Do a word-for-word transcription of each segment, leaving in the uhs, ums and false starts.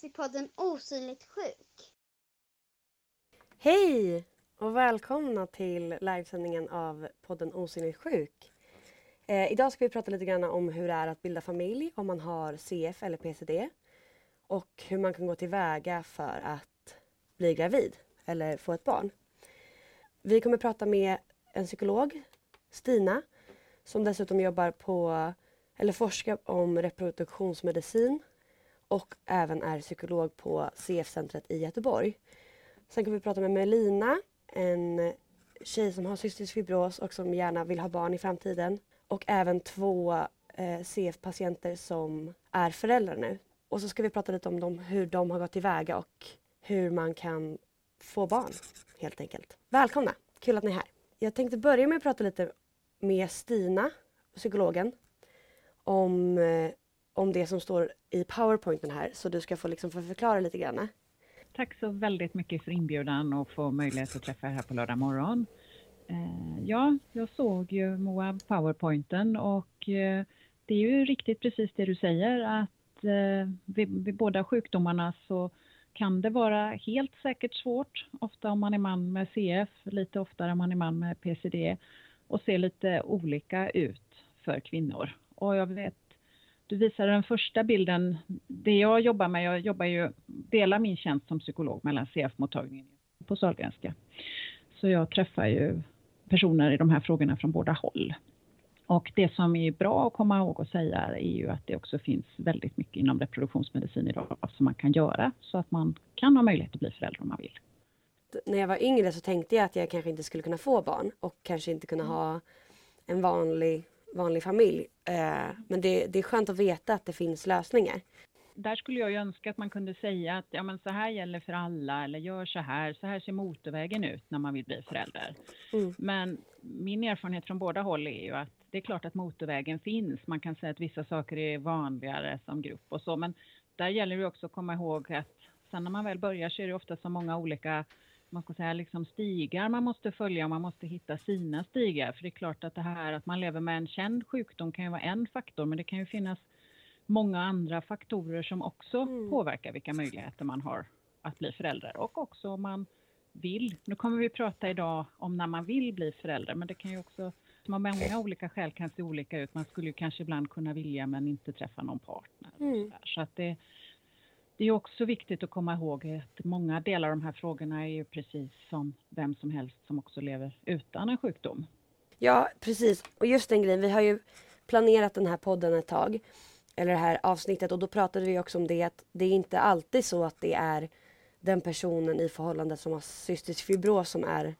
i podden Osynligt sjuk. Hej och välkomna till livesändningen av podden Osynligt sjuk. Eh, idag ska vi prata lite grann om hur det är att bilda familj om man har C F eller P C D. Och hur man kan gå tillväga för att bli gravid eller få ett barn. Vi kommer prata med en psykolog, Stina, som dessutom jobbar på, eller forskar om reproduktionsmedicin och även är psykolog på C F-centret i Göteborg. Sen kommer vi prata med Melina, en tjej som har cystisk fibros och som gärna vill ha barn i framtiden. Och även två eh, C F-patienter som är föräldrar nu. Och så ska vi prata lite om dem, hur de har gått tillväga och hur man kan få barn helt enkelt. Välkomna, kul att ni är här. Jag tänkte börja med att prata lite med Stina, psykologen, om, eh, om det som står i PowerPointen här. Så du ska få, liksom, få förklara lite grann. Tack så väldigt mycket för inbjudan och få möjlighet att träffa er här på lördag morgon. Eh, ja, jag såg ju Moa PowerPointen och eh, det är ju riktigt precis det du säger att eh, vid, vid båda sjukdomarna så kan det vara helt säkert svårt, ofta om man är man med C F, lite oftare om man är man med P C D och ser lite olika ut för kvinnor. Och jag vet, du visade den första bilden, det jag jobbar med, jag jobbar ju, delar min tjänst som psykolog mellan C F-mottagningen på Sahlgrenska. Så jag träffar ju personer i de här frågorna från båda håll. Och det som är bra att komma ihåg och säga är ju att det också finns väldigt mycket inom reproduktionsmedicin idag som man kan göra så att man kan ha möjlighet att bli förälder om man vill. När jag var yngre så tänkte jag att jag kanske inte skulle kunna få barn och kanske inte kunna ha en vanlig, vanlig familj. Men det, det är skönt att veta att det finns lösningar. Där skulle jag ju önska att man kunde säga att ja, men så här gäller för alla eller gör så här, så här ser motorvägen ut när man vill bli förälder. Mm. Men min erfarenhet från båda håll är ju att det är klart att motorvägen finns. Man kan säga att vissa saker är vanligare som grupp och så, men där gäller det också att komma ihåg att sen när man väl börjar så är det ofta så många olika, man ska säga liksom stigar man måste följa och man måste hitta sina stigar. För det är klart att det här att man lever med en känd sjukdom kan ju vara en faktor, men det kan ju finnas många andra faktorer som också mm. påverkar vilka möjligheter man har att bli förälder. Och också om man vill. Nu kommer vi prata idag om när man vill bli förälder. Men det kan ju också, som av många olika skäl kan se olika ut. Man skulle ju kanske ibland kunna vilja men inte träffa någon partner. Mm. Så, så att det, det är också viktigt att komma ihåg att många delar av de här frågorna är ju precis som vem som helst som också lever utan en sjukdom. Ja, precis. Och just den grejen, vi har ju planerat den här podden ett tag. Eller det här avsnittet, och då pratade vi också om det att det är inte alltid så att det är den personen i förhållandet som har cystisk fibros som är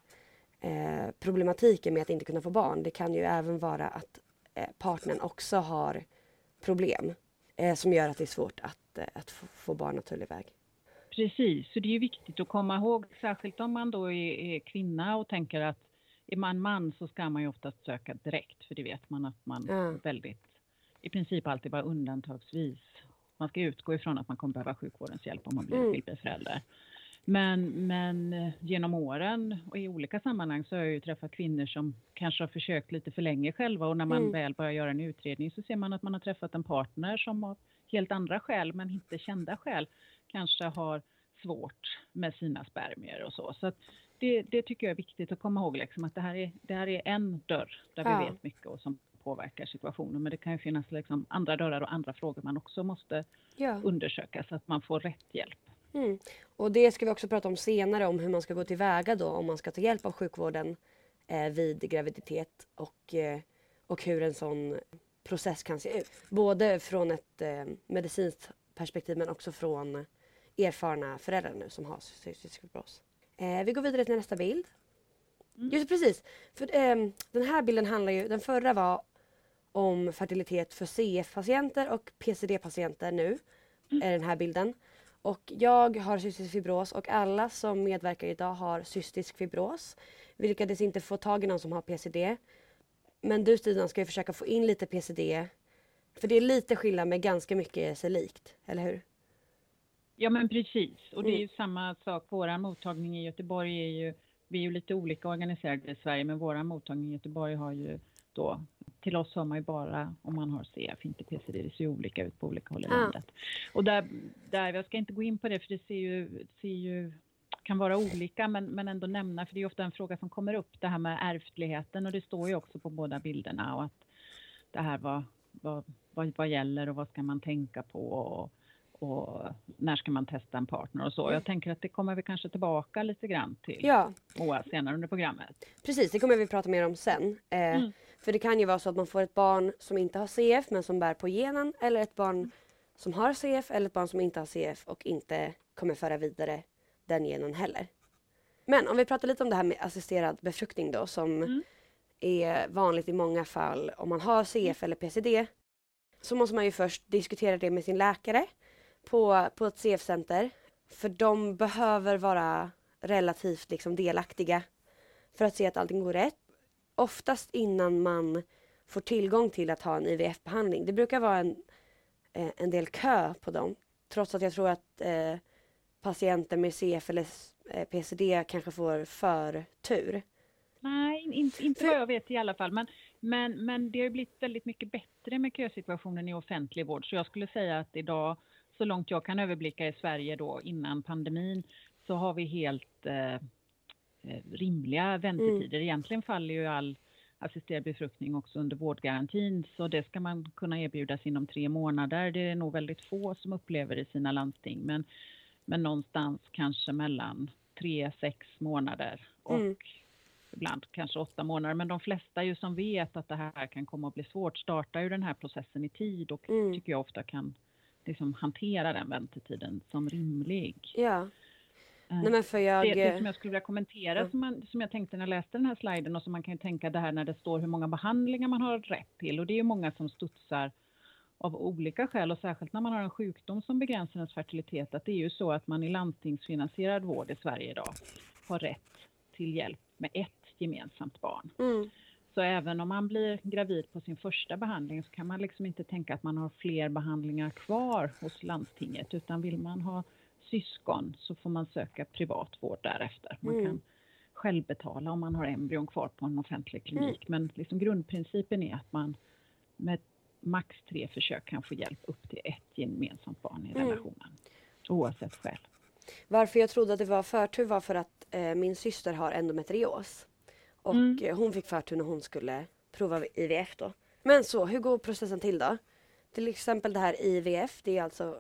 eh, problematiken med att inte kunna få barn. Det kan ju även vara att eh, partnern också har problem eh, som gör att det är svårt att, eh, att få, få barn naturlig väg. Precis, så det är ju viktigt att komma ihåg, särskilt om man då är, är kvinna och tänker att är man man så ska man ju oftast söka direkt, för det vet man att man ja. väldigt i princip alltid bara undantagsvis. Man ska utgå ifrån att man kommer behöva sjukvårdens hjälp om man blir mm. förälder. Men, men genom åren och i olika sammanhang så har jag ju träffat kvinnor som kanske har försökt lite för länge själva. Och när man mm. väl börjar göra en utredning så ser man att man har träffat en partner som har helt andra skäl men inte kända skäl. Kanske har svårt med sina spermier och så. Så att det, det tycker jag är viktigt att komma ihåg. Liksom, att det här, är, det här är en dörr där ja. vi vet mycket och som påverkar situationen. Men det kan ju finnas liksom andra dörrar och andra frågor man också måste ja. undersöka så att man får rätt hjälp. Mm. Och det ska vi också prata om senare, om hur man ska gå tillväga då om man ska ta hjälp av sjukvården eh, vid graviditet och, eh, och hur en sån process kan se ut. Både från ett eh, medicinskt perspektiv men också från erfarna föräldrar nu som har cystisk fibros. Eh, vi går vidare till nästa bild. Mm. Just precis, för eh, den här bilden handlar ju, den förra var om fertilitet för C F-patienter och P C D-patienter nu mm. är den här bilden. Och jag har cystisk fibros och alla som medverkar idag har cystisk fibros. Vi lyckades inte få tag i någon som har P C D. Men du Stina ska ju försöka få in lite P C D. För det är lite skillnad med ganska mycket sig likt, eller hur? Ja men precis, och det är ju mm. samma sak. Vår mottagning i Göteborg är ju, vi är ju lite olika organiserade i Sverige, men vår mottagning i Göteborg har ju då till oss har man ju bara om man har C F, inte P C D. Det ser ju olika ut på olika håll i Ja. landet. Och där, där, jag ska inte gå in på det för det ser ju, ser ju kan vara olika men, men ändå nämna, för det är ofta en fråga som kommer upp, det här med ärftligheten, och det står ju också på båda bilderna, och att det här vad, vad, vad, vad gäller och vad ska man tänka på och, och när ska man testa en partner och så. Jag tänker att det kommer vi kanske tillbaka lite grann till Ja. Moa senare under programmet. Precis, det kommer vi prata mer om sen. Eh, Mm. För det kan ju vara så att man får ett barn som inte har C F men som bär på genen, eller ett barn som har C F eller ett barn som inte har C F och inte kommer föra vidare den genen heller. Men om vi pratar lite om det här med assisterad befruktning då, som Mm. är vanligt i många fall om man har C F eller P C D, så måste man ju först diskutera det med sin läkare på, på ett C F-center. För de behöver vara relativt liksom delaktiga för att se att allting går rätt. Oftast innan man får tillgång till att ha en I V F-behandling. Det brukar vara en, eh, en del kö på dem. Trots att jag tror att eh, patienter med C F eller eh, P C D kanske får förtur. Nej, inte, inte För- vad jag vet i alla fall. Men, men, men det har ju blivit väldigt mycket bättre med kösituationen i offentlig vård. Så jag skulle säga att idag, så långt jag kan överblicka i Sverige då innan pandemin, så har vi helt eh, eh, rimliga väntetider. Mm. Egentligen faller ju all assisterad befruktning också under vårdgarantin. Så det ska man kunna erbjudas inom tre månader. Det är nog väldigt få som upplever i sina landsting. Men, men någonstans kanske mellan tre, sex månader och Mm. ibland kanske åtta månader. Men de flesta ju som vet att det här kan komma att bli svårt startar ju den här processen i tid och Mm. tycker jag ofta kan liksom hantera den väntetiden som rimlig. Ja. Eh, Nej, men för jag... det, det som jag skulle vilja kommentera Ja. som, man, som jag tänkte när jag läste den här sliden, och som man kan ju tänka det här när det står hur många behandlingar man har rätt till, och det är ju många som studsar av olika skäl, och särskilt när man har en sjukdom som begränsar ens fertilitet, att det är ju så att man i landstingsfinansierad vård i Sverige idag har rätt till hjälp med ett gemensamt barn. Mm. Så även om man blir gravid på sin första behandling så kan man liksom inte tänka att man har fler behandlingar kvar hos landstinget, utan vill man ha syskon så får man söka privat vård därefter. Man Mm. kan själv betala om man har embryon kvar på en offentlig klinik. Mm. Men liksom grundprincipen är att man med max tre försök kan få hjälp upp till ett gemensamt barn i Mm. relationen. Oavsett skäl. Varför jag trodde att det var förtur var för att eh, min syster har endometrios. Och Mm. eh, hon fick förtur när hon skulle prova I V F då. Men så, hur går processen till då? Till exempel det här I V F, det är alltså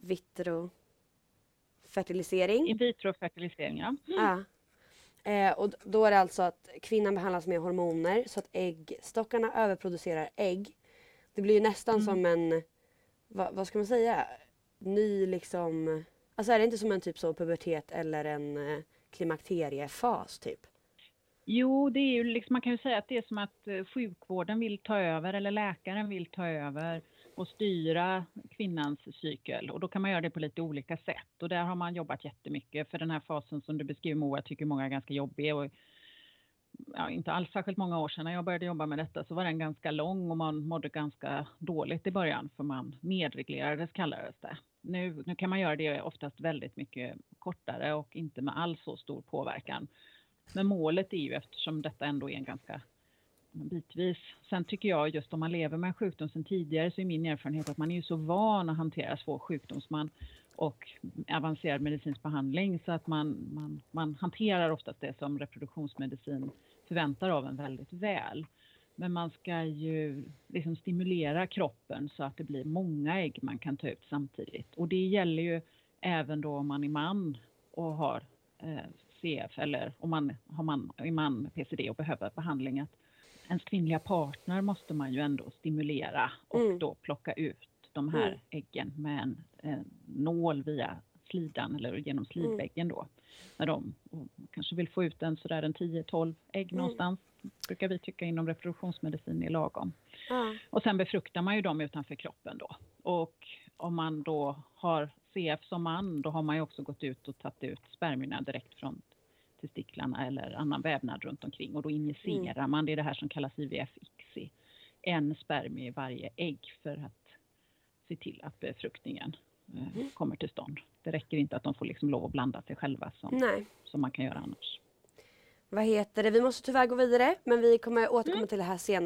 vitrofertilisering. In vitro-fertilisering, ja. Ja. Eh, och d- då är det alltså att kvinnan behandlas med hormoner så att äggstockarna överproducerar ägg. Det blir ju nästan Mm. som en, va, vad ska man säga, ny liksom, alltså är det inte som en typ så pubertet eller en eh, klimakteriefas typ? Jo, det är ju liksom, man kan ju säga att det är som att eh, sjukvården vill ta över, eller läkaren vill ta över och styra kvinnans cykel. Och då kan man göra det på lite olika sätt. Och där har man jobbat jättemycket, för den här fasen som du beskriver, Moa, tycker många är ganska jobbig. Och, ja, inte alls särskilt många år sedan när jag började jobba med detta så var den ganska lång och man mådde ganska dåligt i början, för man nedreglerades kallades det. Nu, nu kan man göra det oftast väldigt mycket kortare och inte med all så stor påverkan. Men målet är ju, eftersom detta ändå är en ganska bitvis. Sen tycker jag, just om man lever med en sjukdom sedan tidigare, så är min erfarenhet att man är ju så van att hantera svår sjukdomsman och avancerad medicinsk behandling, så att man, man, man hanterar oftast det som reproduktionsmedicin förväntar av en väldigt väl. Men man ska ju liksom stimulera kroppen så att det blir många ägg man kan ta ut samtidigt. Och det gäller ju även då om man är man och har eh, C F, eller om man har man, är man med P C D och behöver behandling, att ens kvinnliga partner måste man ju ändå stimulera och Mm. då plocka ut de här Mm. äggen med en, en nål via slidan eller genom slidväggen då. När de kanske vill få ut en sådär en tio tolv ägg Mm. någonstans, brukar vi tycka inom reproduktionsmedicin är lagom. Ja. Och sen befruktar man ju dem utanför kroppen då. Och om man då har C F som man, då har man ju också gått ut och tagit ut spermierna direkt från testiklarna eller annan vävnad runt omkring. Och då injicerar Mm. man, det är det här som kallas I V F I C S I, en spermie i varje ägg för att se till att befruktningen eh, Mm. kommer till stånd. Det räcker inte att de får liksom lov att blanda sig själva som, Nej. som man kan göra annars. Vad heter det? Vi måste tyvärr gå vidare, men vi kommer återkomma till det här senare.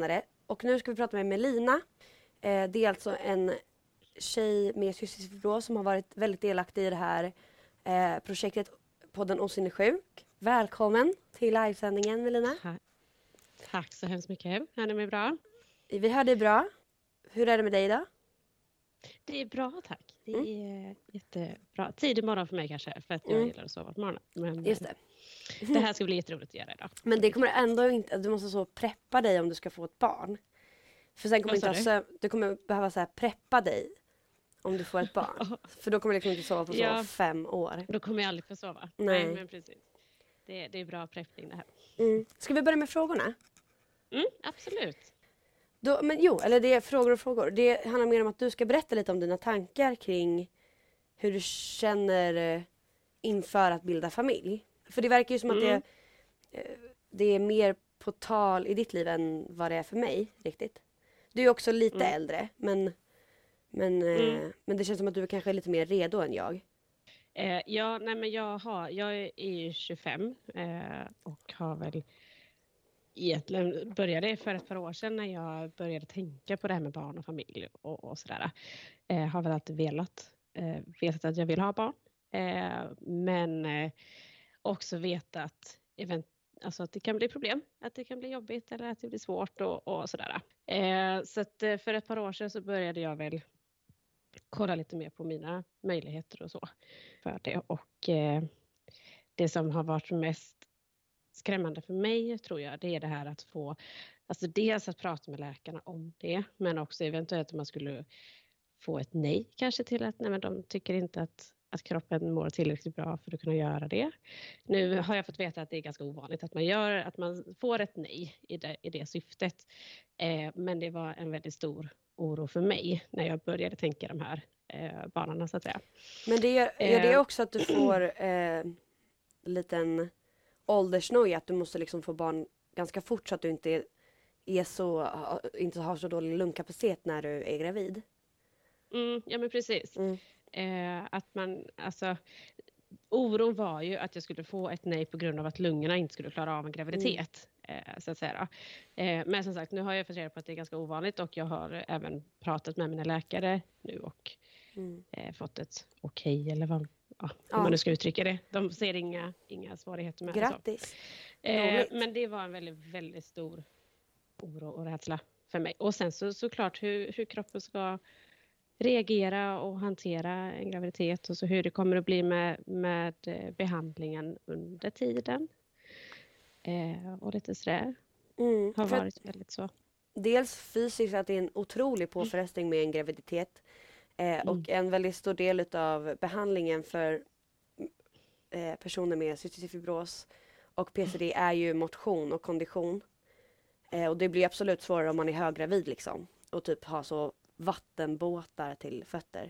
Och nu ska vi prata med Melina. Eh, det är alltså en tjej med cystisk fibros som har varit väldigt delaktig i det här eh, projektet Podden Osynlig sjuk. Välkommen till livesändningen, Melina. Tack. Tack så hemskt mycket. Hör ni mig bra? Vi hör dig bra. Hur är det med dig idag? Det är bra, tack. Det Mm. är jättebra. Tidig morgon för mig kanske, för att jag Mm. gillar att sova på morgonen. Men Just det. det här ska bli jätteroligt att göra idag. Men det kommer ändå inte, du måste så preppa dig om du ska få ett barn. För sen kommer Vad inte ha sa sömn, du kommer behöva så här preppa dig om du får ett barn. För då kommer du liksom inte sova på så Ja. fem år. Då kommer jag aldrig få sova. Nej. Nej, men precis. Det, det är bra preppning det här. Mm. Ska vi börja med frågorna? Mm, absolut. Då, men jo, eller det är frågor och frågor. Det handlar mer om att du ska berätta lite om dina tankar kring hur du känner eh, inför att bilda familj. För det verkar ju som Mm. att det, eh, det är mer på tal i ditt liv än vad det är för mig riktigt. Du är också lite Mm. äldre, men, men, eh, Mm. men det känns som att du kanske är lite mer redo än jag. Eh, ja, nej men jag har, jag är ju tjugofem eh, och har väl egentligen började för ett par år sedan när jag började tänka på det här med barn och familj och, och sådär. Eh, har väl alltid velat, eh, vetat att jag vill ha barn. Eh, men eh, också vetat event- alltså att det kan bli problem, att det kan bli jobbigt eller att det blir svårt och, och sådär. Eh, så att eh, för ett par år sedan så började jag väl kolla lite mer på mina möjligheter och så för det. Och eh, det som har varit mest skrämmande för mig tror jag, det är det här att få, alltså dels att prata med läkarna om det, men också eventuellt om man skulle få ett nej kanske till att nej, men de tycker inte att, att kroppen mår tillräckligt bra för att kunna göra det. Nu har jag fått veta att det är ganska ovanligt att man gör, att man får ett nej i det, i det syftet. Eh, men det var en väldigt stor oro för mig när jag började tänka de här eh, banorna så att säga. Men det gör, gör det Eh. också att du får eh, liten åldersnoja, att du måste liksom få barn ganska fort så att du inte är, är så, inte har så dålig lungkapacitet när du är gravid? Mm, ja men precis. Mm. Eh, att man, alltså, oron var ju att jag skulle få ett nej på grund av att lungorna inte skulle klara av en graviditet. Mm. Eh, så att säga då. Eh, men som sagt, nu har jag fått reda på att det är ganska ovanligt och jag har även pratat med mina läkare nu och Mm. eh, fått ett okej okay, eller vad, ja, hur Ja. man nu ska uttrycka det. De ser inga, inga svårigheter med det. Grattis! Eh, Roligt. men det var en väldigt, väldigt stor oro och rädsla för mig. Och sen så såklart hur, hur kroppen ska reagera och hantera en graviditet och så hur det kommer att bli med, med behandlingen under tiden. Eh, och lite sådär. Mm. Har För varit väldigt så. dels fysiskt att det är en otrolig påfrestning med en graviditet. Eh, och Mm. en väldigt stor del av behandlingen för eh, personer med cystisk fibros och P C D är ju motion och kondition. Eh, och det blir absolut svårare om man är höggravid liksom. Och typ ha så vattenbåtar till fötter.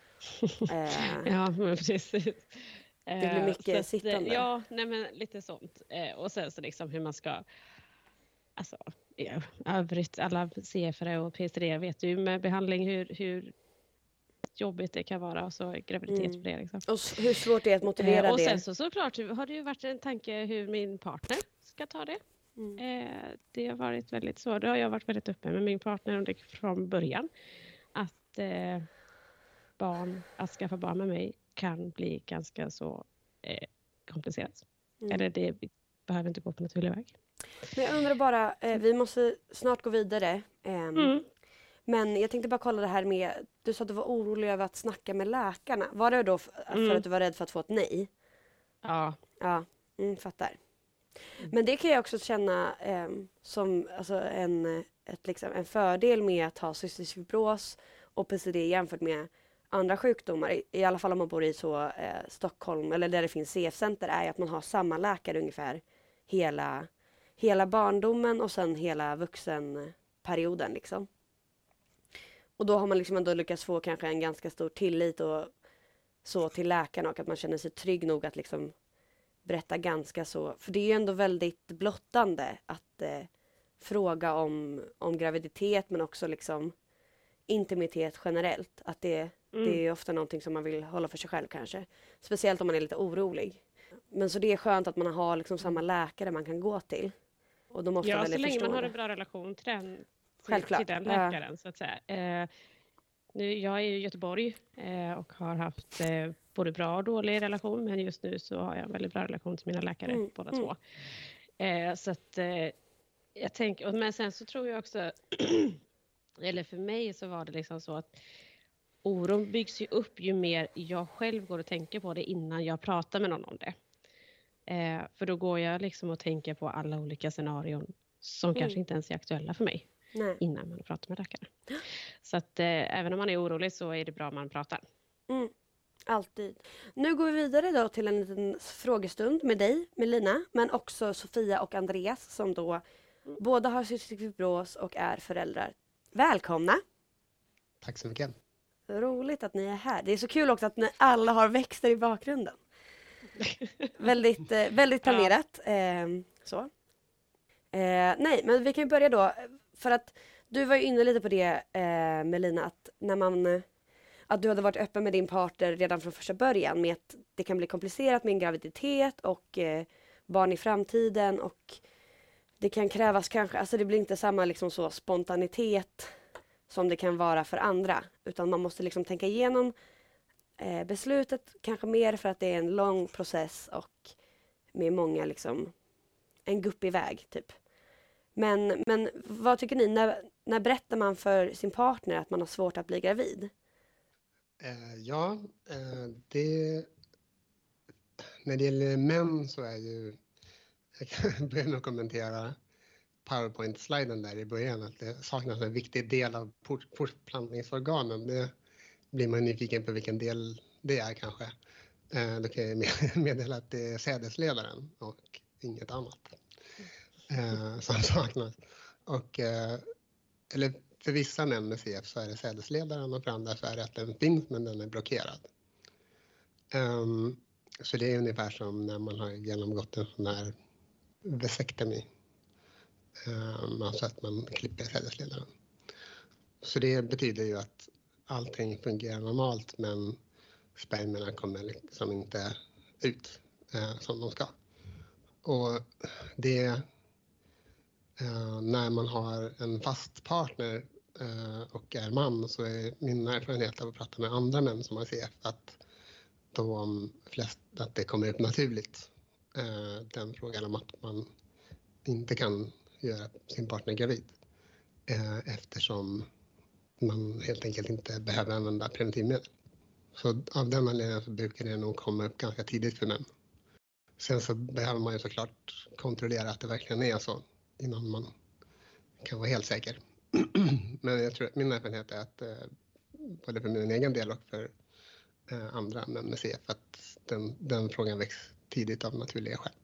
Eh, Ja, men precis. Det blir Eh, mycket så att, sittande. Ja, nej men lite sånt. Eh, och sen så liksom hur man ska, alltså ja, övrigt alla C F R och P C D vet ju med behandling hur, hur jobbigt det kan vara och så graviditet Mm. för det liksom. och s- hur svårt det är att motivera Eh, och det. sen så såklart har det ju varit en tanke hur min partner ska ta det. Mm. Eh, det har varit väldigt så. Det har jag varit väldigt öppen med min partner under, från början. Att eh, barn, att skaffa barn med mig kan bli ganska så eh, komplicerat. Mm. Eller det vi behöver inte gå på naturlig väg. Men jag undrar bara, eh, vi måste snart gå vidare. Ehm, Mm. Men jag tänkte bara kolla det här med, du sa att du var orolig över att snacka med läkarna. Var det då f- för Mm. att du var rädd för att få ett nej? Ja. Ja, mm, fattar. Men det kan jag också känna ehm, som alltså en, ett, liksom, en fördel med att ha cystisk fibros och P C D jämfört med andra sjukdomar. I, i alla fall om man bor i så, eh, Stockholm eller där det finns C F-center är att man har samma läkare ungefär hela, hela barndomen och sen hela vuxenperioden liksom. Och då har man liksom ändå lyckats få kanske en ganska stor tillit och så till läkarna och att man känner sig trygg nog att liksom berätta ganska så. För det är ju ändå väldigt blottande att eh, fråga om, om graviditet men också liksom intimitet generellt. Att det, Mm. det är ofta någonting som man vill hålla för sig själv kanske. Speciellt om man är lite orolig. Men så det är skönt att man har liksom samma läkare man kan gå till. Och då måste Ja, man så väl länge förstå man har det. en bra relation till den, Självklart. till den läkaren ja. så att säga. Eh, nu, jag är i Göteborg eh, och har haft eh, både bra och dålig relation, men just nu så har jag en väldigt bra relation till mina läkare, mm. båda mm. två. Eh, så att eh, jag tänker, men sen så tror jag också, eller för mig så var det liksom så att oron byggs ju upp ju mer jag själv går och tänker på det innan jag pratar med någon om det. Eh, för då går jag liksom och tänker på alla olika scenarion som mm. kanske inte ens är aktuella för mig. Nej. Innan man pratar med läkare. Så att eh, även om man är orolig så är det bra om man pratar. Mm. Alltid. Nu går vi vidare då till en liten frågestund med dig, Melina, men också Sofia och Andreas som då mm. båda har cystisk fibros och är föräldrar. Välkomna! Tack så mycket. Roligt att ni är här. Det är så kul också att ni alla har växter i bakgrunden. väldigt, eh, väldigt planerat. Ja. Eh, så. Eh, nej, men vi kan ju börja då. För att du var ju inne lite på det, eh, Melina, att när man... Att du hade varit öppen med din partner redan från första början med att det kan bli komplicerat med en graviditet och eh, barn i framtiden och det kan krävas kanske, alltså det blir inte samma liksom så spontanitet som det kan vara för andra, utan man måste liksom tänka igenom eh, beslutet kanske mer för att det är en lång process och med många liksom en guppig väg typ. Men, men vad tycker ni, när, när berättar man för sin partner att man har svårt att bli gravid? Uh, ja, uh, det... När det gäller män så är ju... Jag kan börja med att kommentera PowerPoint-sliden där i början. Att det saknas en viktig del av fortplantningsorganen. Det blir man nyfiken på vilken del det är kanske. Uh, då kan jag meddela att det är sädesledaren och inget annat uh, som saknas. Och... Uh, eller... För vissa män med C F så är det sädesledaren och för andra så är det att den finns men den är blockerad. Um, så det är ungefär som när man har genomgått en sån här vasektomi. Um, alltså att man klipper sädesledaren. Så det betyder ju att allting fungerar normalt men spermierna kommer liksom inte ut uh, som de ska. Och det uh, när man har en fast partner och är man så är min erfarenhet av att prata med andra män som har C F att, de flest, att det kommer upp naturligt. Den frågan om att man inte kan göra sin partner gravid eftersom man helt enkelt inte behöver använda preventivmedel. Så av den anledningen så brukar det nog komma upp ganska tidigt för män. Sen så behöver man ju såklart kontrollera att det verkligen är så innan man kan vara helt säker. Men jag tror att min erfarenhet är att eh, både för min egen del och för eh, andra män med C F att den, den frågan väcks tidigt av naturliga skäl.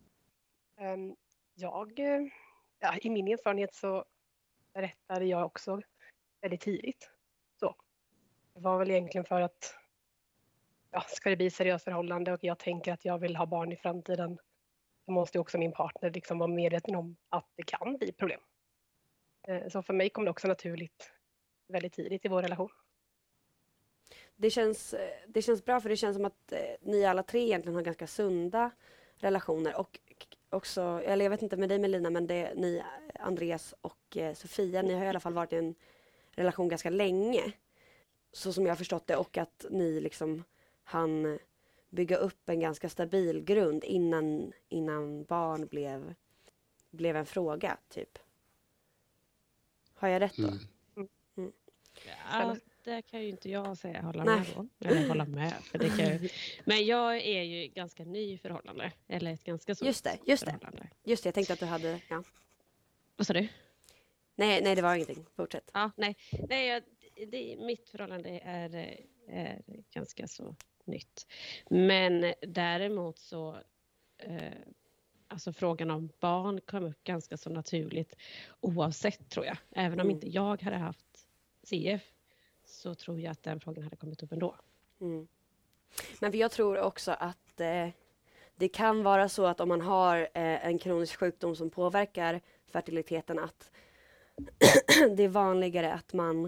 Um, jag, ja, i min erfarenhet så berättade jag också väldigt tidigt. Så. Det var väl egentligen för att ja, ska det bli ett seriöst förhållande och jag tänker att jag vill ha barn i framtiden så måste också min partner liksom vara medveten om att det kan bli problem. Så för mig kom det också naturligt väldigt tidigt i vår relation. Det känns, det känns bra för det känns som att ni alla tre egentligen har ganska sunda relationer. Och också, eller jag vet inte med dig Melina, men det, ni Andreas och Sofia, ni har i alla fall varit i en relation ganska länge. Så som jag har förstått det, och att ni liksom hann bygga upp en ganska stabil grund innan, innan barn blev, blev en fråga typ. Har jag rätt då? Mm. Mm. Ja, det kan ju inte jag säga hålla Nej. med då. Eller hålla med. För det kan jag... Men jag är ju ganska ny i förhållande. Eller ett ganska så just det, just förhållande. Det. Just det, jag tänkte att du hade... Ja. Vad sa du? Nej, nej, det var ingenting. Fortsätt. Ja, nej. nej jag, det, mitt förhållande är, är ganska så nytt. Men däremot så... Eh, Alltså frågan om barn kom upp ganska så naturligt oavsett tror jag. Även om mm. inte jag hade haft C F så tror jag att den frågan hade kommit upp ändå. Mm. Men jag tror också att eh, det kan vara så att om man har eh, en kronisk sjukdom som påverkar fertiliteten att det är vanligare att man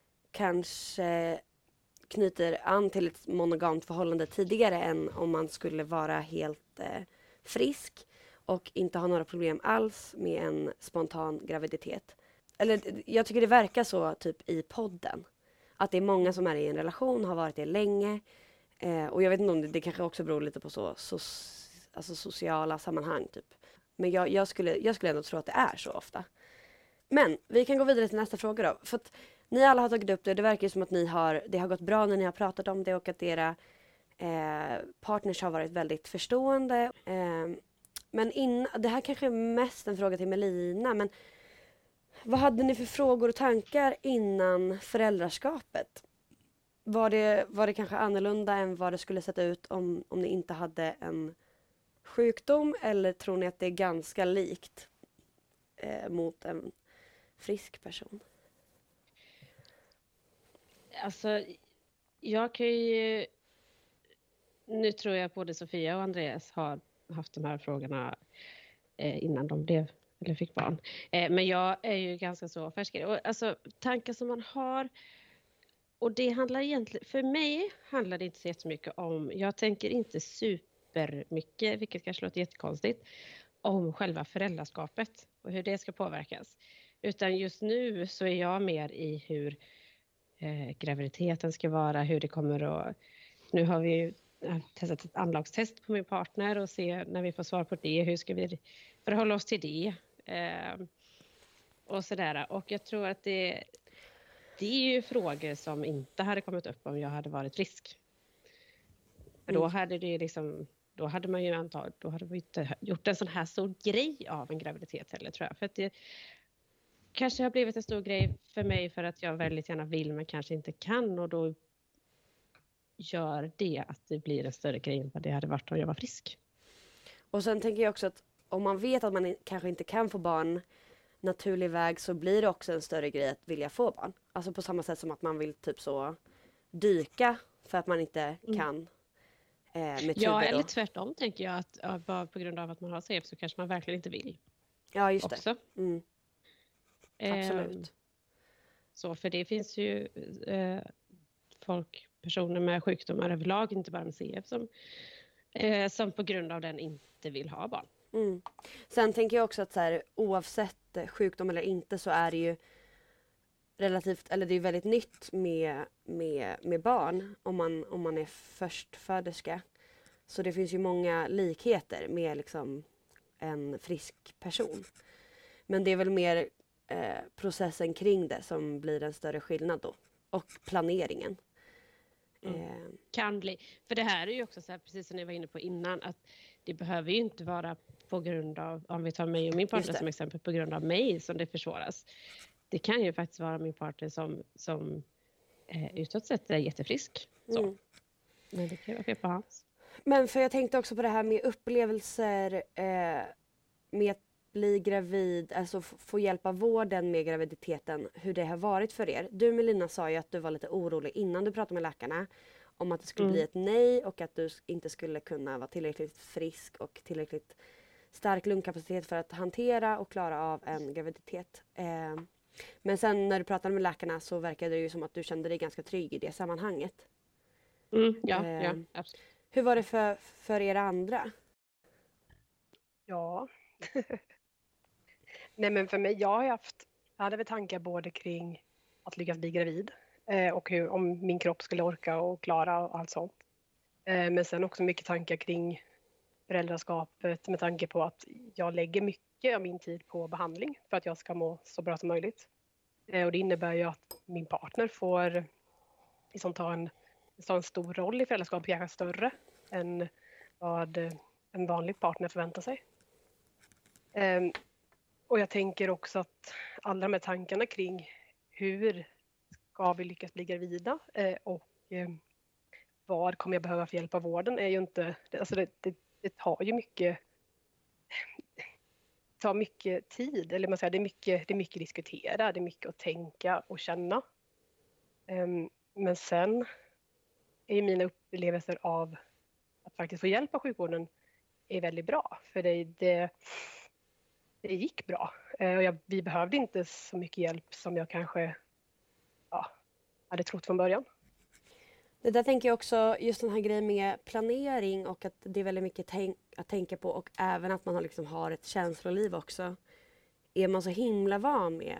kanske knyter an till ett monogamt förhållande tidigare än om man skulle vara helt eh, frisk. Och inte ha några problem alls med en spontan graviditet. eller jag tycker det verkar så typ i podden. Att det är många som är i en relation, har varit det länge. Eh, och jag vet inte om det, det kanske också beror lite på så, så alltså sociala sammanhang typ. Men jag, jag, skulle, jag skulle ändå tro att det är så ofta. Men vi kan gå vidare till nästa fråga då. För att ni alla har tagit upp det. Det verkar som att ni har, det har gått bra när ni har pratat om det. Och att era eh, partners har varit väldigt förstående. Eh, men in, det här kanske är mest en fråga till Melina. Men vad hade ni för frågor och tankar innan föräldraskapet? Var det, var det kanske annorlunda än vad det skulle sett ut om, om ni inte hade en sjukdom? Eller tror ni att det är ganska likt eh, mot en frisk person? Alltså, jag kan ju... Nu tror jag både Sofia och Andreas har haft de här frågorna eh, innan de blev eller fick barn. Eh, men jag är ju ganska så färsk. Och, alltså, tankar som man har... Och det handlar egentligen... För mig handlar det inte så jättemycket om... Jag tänker inte supermycket, vilket kanske låter jättekonstigt, om själva föräldraskapet och hur det ska påverkas. Utan just nu så är jag mer i hur eh, graviditeten ska vara, hur det kommer att... Nu har vi ju testat ett anlagstest på min partner och se när vi får svar på det, hur ska vi förhålla oss till det? Eh, och sådär. Och jag tror att det, det är ju frågor som inte hade kommit upp om jag hade varit frisk. För då hade det liksom... Då hade man ju antagligen, då hade vi inte gjort en sån här stor grej av en graviditet heller, tror jag. För att det kanske har blivit en stor grej för mig för att jag väldigt gärna vill men kanske inte kan. Och då gör det att det blir en större grej än vad det hade varit om jag var frisk. Och sen tänker jag också att om man vet att man kanske inte kan få barn naturlig väg, så blir det också en större grej att vilja få barn. Alltså på samma sätt som att man vill typ så dyka för att man inte mm. kan. Eh, med ja, eller tvärtom tänker jag att ja, bara på grund av att man har C F så kanske man verkligen inte vill. Ja, just också. det. Mm. Absolut. Eh, så för det finns ju eh, folk, personer med sjukdomar överlag, inte bara med C F, som, eh, som på grund av den inte vill ha barn. Mm. Sen tänker jag också att så här, oavsett sjukdom eller inte så är det ju relativt, eller det är väldigt nytt med, med, med barn om man, om man är förstföderska. Så det finns ju många likheter med liksom en frisk person. Men det är väl mer eh, processen kring det som blir en större skillnad då. Och planeringen. Mm. Eh. Kan bli. För det här är ju också så här, precis som ni var inne på innan, att det behöver ju inte vara på grund av, om vi tar mig och min partner som exempel, på grund av mig som det försvåras. Det kan ju faktiskt vara min partner som, som eh, utåt sett är jättefrisk. Så. Mm. Men det kan vara fel på hans. Men för jag tänkte också på det här med upplevelser eh, med att bli gravid, alltså f- få hjälp av vården med graviditeten, hur det har varit för er. Du Melina sa ju att du var lite orolig innan du pratade med läkarna om att det skulle mm. bli ett nej och att du inte skulle kunna vara tillräckligt frisk och tillräckligt stark lungkapacitet för att hantera och klara av en graviditet. Eh, Men sen när du pratade med läkarna så verkade det ju som att du kände dig ganska trygg i det sammanhanget. Mm, ja, eh, ja, absolut. Hur var det för, för er andra? Ja. Nej men för mig, jag har haft, jag hade väl tankar både kring att lyckas bli gravid eh, och hur, om min kropp skulle orka och klara och allt sånt. Eh, men sen också mycket tankar kring föräldraskapet med tanke på att jag lägger mycket av min tid på behandling för att jag ska må så bra som möjligt. Eh, och det innebär ju att min partner får liksom ta en, ta en stor roll i föräldraskapet, kanske större än vad en vanlig partner förväntar sig. Eh, och jag tänker också att alla de här tankarna kring hur ska vi lyckas bli gravida eh, och eh, vad kommer jag behöva för hjälp av vården är ju inte, alltså det, det, det tar ju mycket tar mycket tid, eller man säger det är mycket det är mycket diskutera, det är mycket att tänka och känna. Um, men sen är ju mina upplevelser av att faktiskt få hjälp av sjukvården är väldigt bra, för det det, det gick bra. Uh, och jag, vi behövde inte så mycket hjälp som jag kanske ja, hade trott från början. Det där tänker jag också, just den här grejen med planering och att det är väldigt mycket tänk, att tänka på och även att man har, liksom, har ett känsloliv också. Är man så himla van med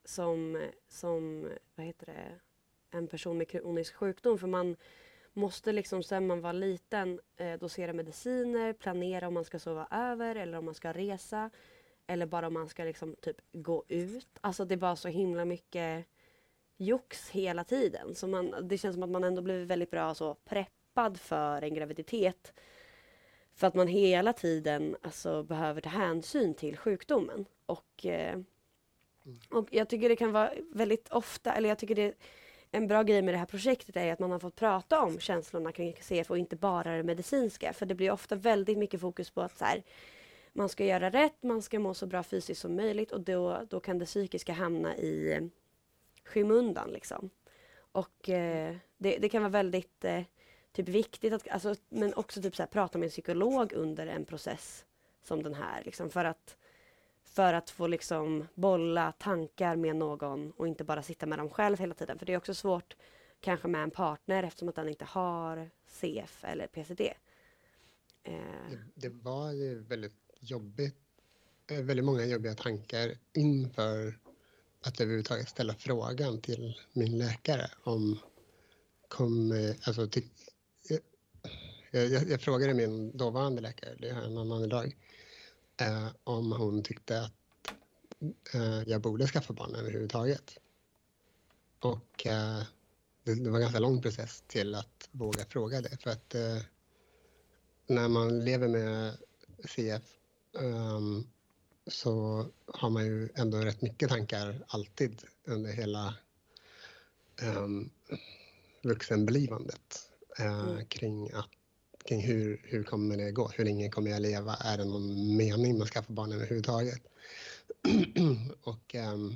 som, som vad heter det, en person med kronisk sjukdom. För man måste liksom sen man var liten eh, dosera mediciner, planera om man ska sova över eller om man ska resa. Eller bara om man ska liksom typ gå ut. Alltså det var så himla mycket jox hela tiden. Så man, det känns som att man ändå blivit väldigt bra så preppad för en graviditet. För att man hela tiden alltså, behöver ta hänsyn till sjukdomen. Och, eh, och jag tycker det kan vara väldigt ofta, eller jag tycker det är en bra grej med det här projektet är att man har fått prata om känslorna kring C F och inte bara det medicinska. För det blir ofta väldigt mycket fokus på att så här, man ska göra rätt, man ska må så bra fysiskt som möjligt och då, då kan det psykiska hamna i eh, skymundan liksom. Och eh, det, det kan vara väldigt eh, typ viktigt att, alltså, men också typ så här, prata med en psykolog under en process som den här. Liksom, för, att, för att få liksom bolla tankar med någon och inte bara sitta med dem själv hela tiden. För det är också svårt kanske med en partner eftersom att den inte har C F eller P C D. Eh. Det, det var ju väldigt jobbigt, väldigt många jobbiga tankar inför att överhuvudtaget ställa frågan till min läkare om kom, alltså till, jag, jag, jag frågade min dåvarande läkare, det är en annan idag, eh, om hon tyckte att eh, jag borde skaffa barn överhuvudtaget. Och eh, det, det var en ganska lång process till att våga fråga det, för att eh, när man lever med C F um, så har man ju ändå rätt mycket tankar alltid under hela um, vuxenblivandet uh, mm. kring, att, kring hur, hur kommer det gå, hur länge kommer jag leva, är det någon mening med att skaffa barn överhuvudtaget. Och um,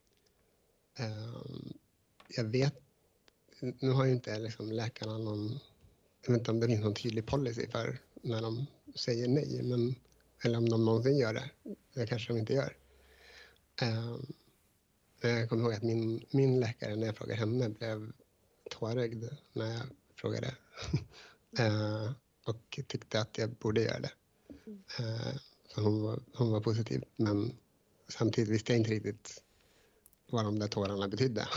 um, jag vet, nu har ju inte liksom läkarna någon, jag vet inte om det finns någon tydlig policy för när de säger nej, men, eller om de någonsin gör det. Det kanske de inte gör. Um, jag kommer ihåg att min, min läkare, när jag frågade henne, blev tårögd när jag frågade. uh, och tyckte att jag borde göra det. Uh, så hon var, hon var positiv, men samtidigt visste jag inte riktigt vad de där tårarna betydde.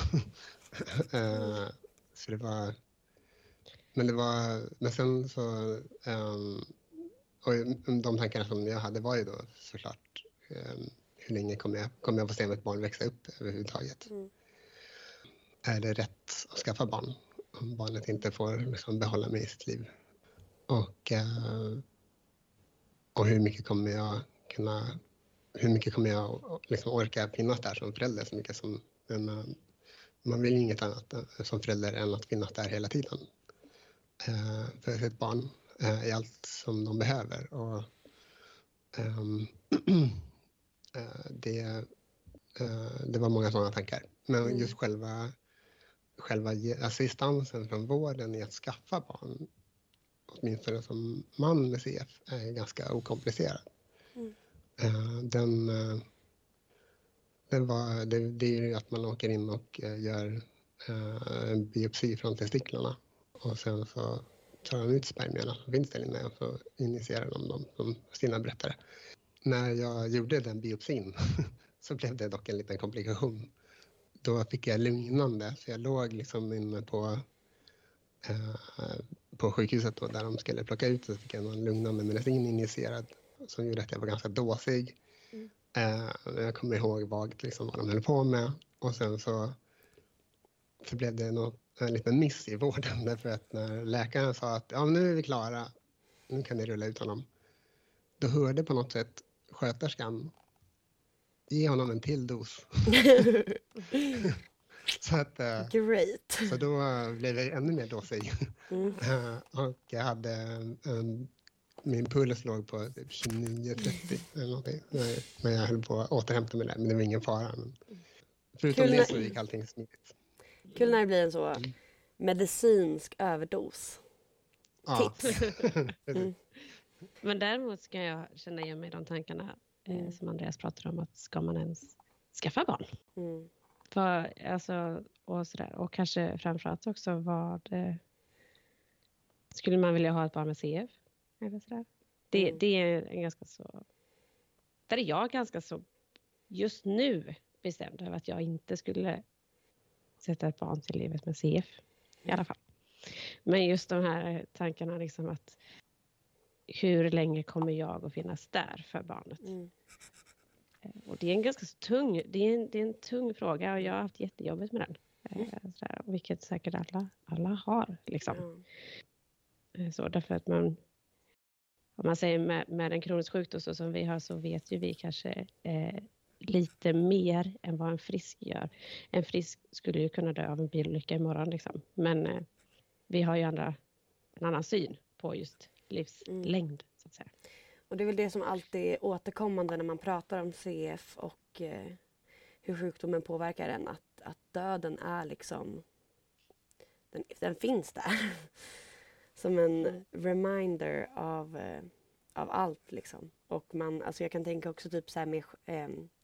uh, så det var... Men det var, men sen så, um, och de tankarna som jag hade var ju då såklart, um, hur länge kommer jag, kommer jag få se mitt barn växa upp överhuvudtaget? Mm. Är det rätt att skaffa barn om barnet inte får liksom behålla mig i sitt liv? Och, uh, och hur mycket kommer jag kunna, hur mycket kommer jag liksom orka finnas där som förälder så mycket som, um, man vill inget annat som förälder än att finnas där hela tiden. Uh, för sitt barn uh, i allt som de behöver. Och um, uh, det, uh, det var många sådana tankar. Men mm. just själva, själva assistansen från vården i att skaffa barn, åtminstone som man med C F, är ganska okomplicerad. Mm. Uh, den, uh, den var, det, det är ju att man åker in och uh, gör uh, en biopsi från testiklarna. Och sen så tar de ut spermierna som finns där inne och så injicerar de dem som Stina berättade. När jag gjorde den biopsin så blev det dock en liten komplikation. Då fick jag lugnande, så jag låg liksom inne på, eh, på sjukhuset då, där de skulle plocka ut, så fick jag någon lugnande medicin injicerad som gjorde att jag var ganska dåsig. Mm. Eh, jag kommer ihåg vagt liksom vad de höll på med, och sen så, så blev det något en liten miss i vården, därför att när läkaren sa att ja, nu är vi klara, nu kan ni rulla ut honom, då hörde på något sätt sköterskan ge honom en till dos. så, att, Great. så då blev jag ännu mer dåsig. Mm. Och jag hade en, min puls låg på typ tjugonio trettio eller någonting när jag höll på att återhämta mig där, men det var ingen fara. Men förutom Kul det så gick allting smidigt. Kul när det blir en så mm. medicinsk överdos. Ja. Tips. mm. Men däremot ska jag känna igen mig i de tankarna mm. eh, som Andreas pratade om, att ska man ens skaffa barn? Mm. För, alltså, och, sådär. Och kanske framförallt också vad eh, skulle man vilja ha ett barn med C F? Eller sådär? Det, mm. det är en ganska så, där är jag ganska så just nu bestämd över att jag inte skulle sätta ett barn till livet med C F i alla fall. Men just de här tankarna liksom att hur länge kommer jag att finnas där för barnet? Mm. Och det är en ganska tung, det är en, det är en tung fråga och jag har haft jättejobbigt med den. Mm. Sådär, vilket säkert alla, alla har liksom. Mm. Så därför att man, om man säger med, med en kronisk sjukdom så som vi har, så vet ju vi kanske eh, lite mer än vad en frisk gör. En frisk skulle ju kunna dö av en bilolycka imorgon liksom. Men eh, vi har ju andra, en annan syn på just livslängd, mm. så att säga. Och det är väl det som alltid är återkommande när man pratar om C F och eh, hur sjukdomen påverkar en. Att, att döden är liksom, den, den finns där. Som en mm. reminder av, eh, av allt liksom. Och man, alltså jag kan tänka också typ så här med eh,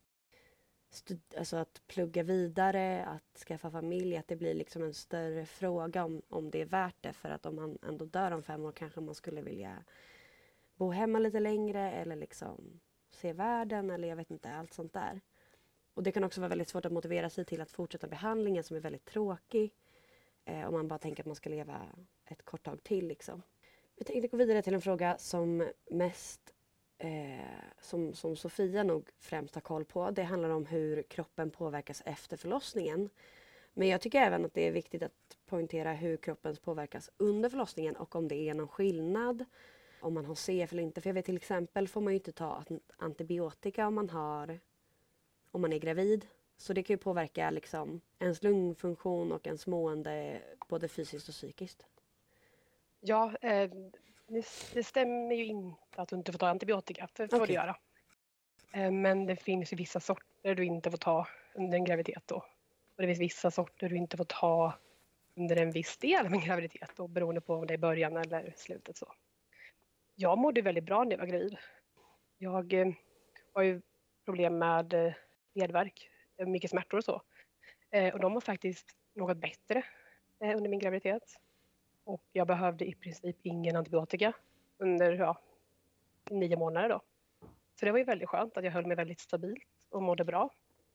stud- alltså att plugga vidare, att skaffa familj, att det blir liksom en större fråga om, om det är värt det. För att om man ändå dör om fem år kanske man skulle vilja bo hemma lite längre eller liksom se världen eller jag vet inte, allt sånt där. Och det kan också vara väldigt svårt att motivera sig till att fortsätta behandlingen som är väldigt tråkig. Eh, om man bara tänker att man ska leva ett kort tag till liksom. Vi tänkte gå vidare till en fråga som mest eh, som, som Sofia nog främst har koll på. Det handlar om hur kroppen påverkas efter förlossningen. Men jag tycker även att det är viktigt att poängtera hur kroppen påverkas under förlossningen och om det är någon skillnad. Om man har C F eller inte. För jag vet till exempel får man ju inte ta antibiotika om man har om man är gravid. Så det kan ju påverka liksom ens lungfunktion och ens mående både fysiskt och psykiskt. Ja, eh, det stämmer ju inte att du inte får ta antibiotika. För det får okay. du göra. Eh, men det finns ju vissa sorter du inte får ta under en graviditet då. Och det finns vissa sorter du inte får ta under en viss del av en graviditet då, beroende på om det är början eller slutet så. Jag mådde väldigt bra när jag var gravid. Jag eh, har ju problem med eh, ledvärk, mycket smärtor och så. Eh, och de var faktiskt något bättre eh, under min graviditet. Och jag behövde i princip ingen antibiotika under ja, nio månader då. Så det var ju väldigt skönt att jag höll mig väldigt stabilt och mådde bra.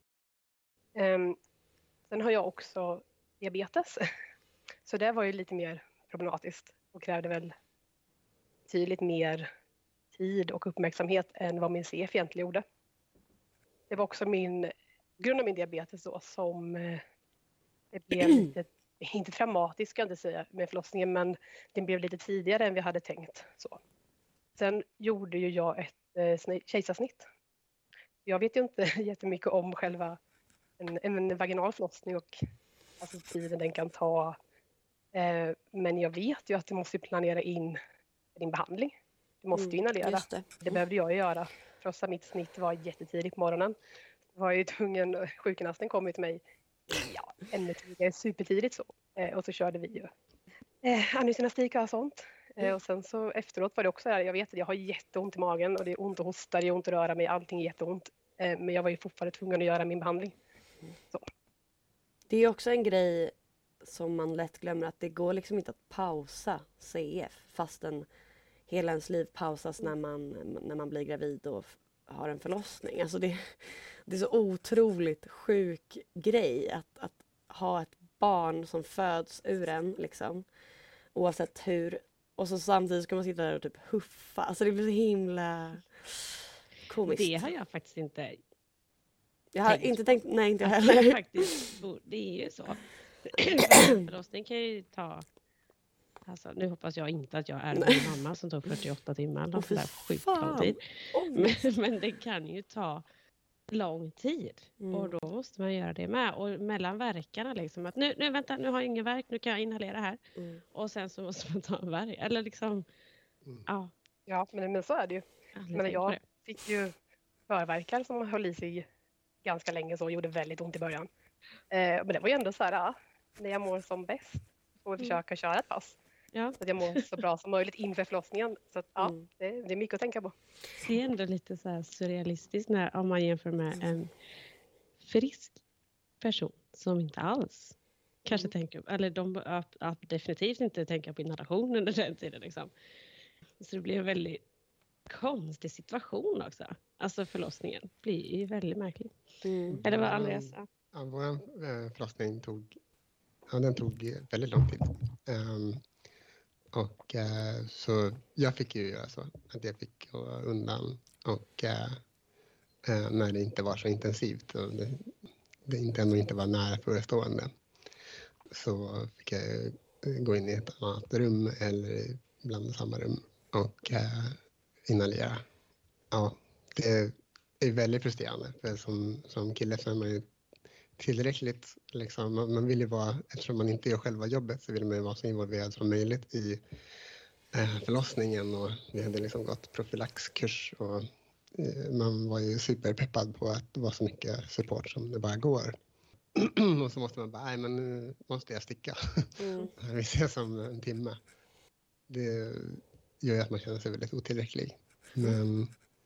Eh, sen har jag också diabetes. Så det var ju lite mer problematiskt och krävde väl tydligt mer tid och uppmärksamhet än vad min C F egentligen gjorde. Det var också min grund av min diabetes då som eh, det blev lite, inte traumatiskt ska jag inte säga med förlossningen, men den blev lite tidigare än vi hade tänkt. Så. Sen gjorde ju jag ett eh, kejsarsnitt. Jag vet ju inte jättemycket om själva en, en vaginal förlossning och alltså tiden den kan ta. Eh, men jag vet ju att du måste planera in din behandling. Du måste mm, inhalera. Det. Mm. det behövde jag göra. Trots att mitt snitt var jättetidigt på morgonen. Var ju tvungen, sjukgymnasten kom ju till mig ja, ännu tidigare, supertidigt så. Eh, och så körde vi ju eh, andningsgymnastik och sånt. Eh, och sen så efteråt var det också här, jag vet att jag har jätteont i magen och det är ont att hosta, det är ont att röra mig, allting är jätteont. Eh, men jag var ju fortfarande tvungen att göra min behandling. Så. Det är också en grej som man lätt glömmer, att det går liksom inte att pausa C F fastän hela ens liv pausas när man, när man blir gravid och har en förlossning. Alltså det, det är så otroligt sjuk grej att, att ha ett barn som föds ur en liksom, oavsett hur, och så samtidigt ska man sitta där och typ huffa. Alltså det blir så himla komiskt. Det har jag faktiskt inte Jag har tänkt inte på. tänkt, nej inte alltså, heller. Faktiskt, det är ju så. Förlossning kan ju ta, alltså, nu hoppas jag inte att jag är min mamma som tog fyrtioåtta timmar. Eller oh, där sjukt lång tid. Oh. Men, men det kan ju ta lång tid. Mm. Och då måste man göra det med. Och mellan verkarna liksom. Att nu, nu vänta, nu har jag ingen verk. Nu kan jag inhalera här. Mm. Och sen så måste man ta en verk. Eller liksom, mm. ja. Ja, men, men så är det ju. Aldrig men jag fick ju förverkar som höll i sig ganska länge så. Och gjorde väldigt ont i början. Eh, men det var ju ändå så här, ja, när jag mår som bäst får vi försöka mm. köra ett pass. Ja. Så att jag mår så bra som möjligt inför förlossningen. Så att, ja, mm. det, det är mycket att tänka på. Det är ändå lite så här surrealistiskt när, om man jämför med en frisk person som inte alls kanske mm. tänker, eller de att, att definitivt inte tänker på inhalation under den tiden liksom. Så det blir väldigt konstig situation också. Alltså förlossningen blir ju väldigt märklig. Mm. Eller vad Andreas sa? Ja, vår eh, förlossning tog, ja, den tog väldigt lång tid. Um, och uh, så jag fick ju göra så att jag fick gå undan och uh, uh, när det inte var så intensivt och det, det inte, ändå inte var nära förestående så fick jag gå in i ett annat rum eller ibland i samma rum och uh, inhalera. Ja, det är väldigt frustrerande för som, som kille så är man ju tillräckligt, liksom, man, man vill ju vara, eftersom man inte gör själva jobbet så vill man ju vara så involverad som möjligt i eh, förlossningen och vi hade liksom gått profylaxkurs och eh, man var ju superpeppad på att vara så mycket support som det bara går. Och så måste man bara, nej men nu måste jag sticka. Mm. Vi ses om en timme. Det gör ju att man känner sig väldigt otillräcklig. Men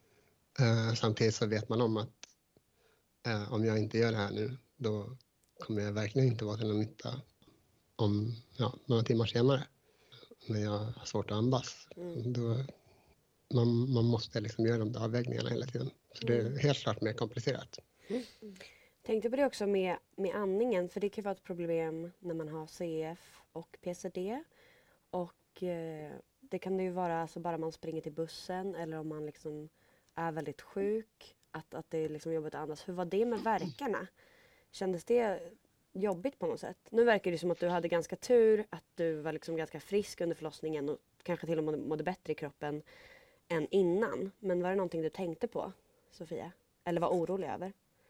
eh, samtidigt så vet man om att eh, om jag inte gör det här nu då kommer jag verkligen inte vara till någon nytta om ja, några timmar senare när jag har svårt att andas. Mm. Då, man, man måste liksom göra de där avvägningarna hela tiden. Så det är helt klart mer komplicerat. Mm. Tänkte på det också med, med andningen, för det kan vara ett problem när man har C F och P C D. Och eh, det kan det ju vara alltså bara man springer till bussen eller om man liksom är väldigt sjuk. Att, att det är liksom jobbigt att andas. Hur var det med verkarna? Kändes det jobbigt på något sätt? Nu verkar det som att du hade ganska tur. Att du var liksom ganska frisk under förlossningen. Och kanske till och med mådde bättre i kroppen än innan. Men var det någonting du tänkte på, Sofia? Eller var orolig över?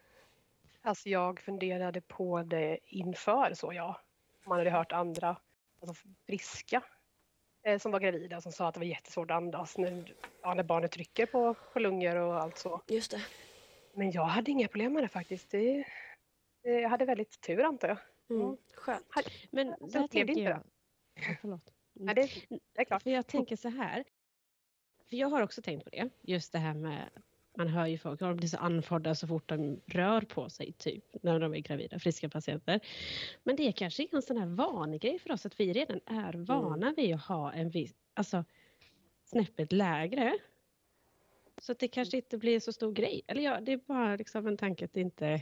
Alltså jag funderade på det inför så ja. Man hade hört andra alltså friska eh, som var gravida som sa att det var jättesvårt att andas när, ja, när barnet trycker på, på lungor och allt så. Just det. Men jag hade inga problem med det faktiskt. Det, det, jag hade väldigt tur antar jag. Mm. Skönt. Hade, Men där tänker jag... Ja, förlåt. Ja, det, det är klart. För jag tänker så här. För jag har också tänkt på det. Just det här med... Man hör ju folk, de blir så andfådda så fort de rör på sig typ. När de är gravida, friska patienter. Men det är kanske en sån här vanlig grej för oss. Att vi redan är vana mm. vid att ha en viss... Alltså snäppet lägre. Så att det kanske inte blir så stor grej. Eller ja, det är bara liksom en tanke att det inte...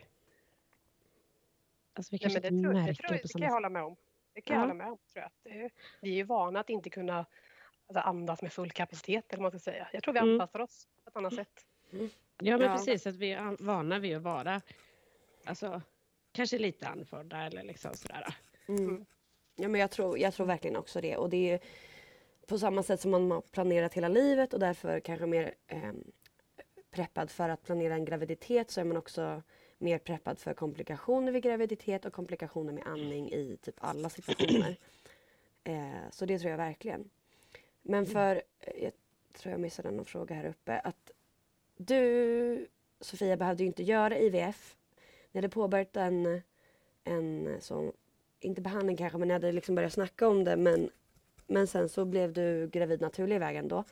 Alltså vi kanske Nej, men det, inte tror, märker det, tror, det på det samma kan jag sätt. hålla med om. Det kan Ja. jag hålla med om, tror jag. Det, vi är ju vana att inte kunna alltså, andas med full kapacitet, eller vad man ska säga. Jag tror vi Mm. anpassar oss på ett annat sätt. Mm. Ja, men Ja. precis. Att vi är vana vid att vara... Alltså, kanske lite andfådda eller liksom sådär. Mm. Ja, men jag tror, jag tror verkligen också det. Och det är på samma sätt som man har planerat hela livet och därför kanske mer eh, preppad för att planera en graviditet, så är man också mer preppad för komplikationer vid graviditet och komplikationer med andning i typ alla situationer. eh, så det tror jag verkligen. Men för, jag tror jag missade någon fråga här uppe, att du, Sofia, behövde ju inte göra I V F. Ni hade påbörjat en, en sån, inte behandling kanske, men ni hade liksom börjat snacka om det, men, men sen så blev du gravid naturlig vägen då.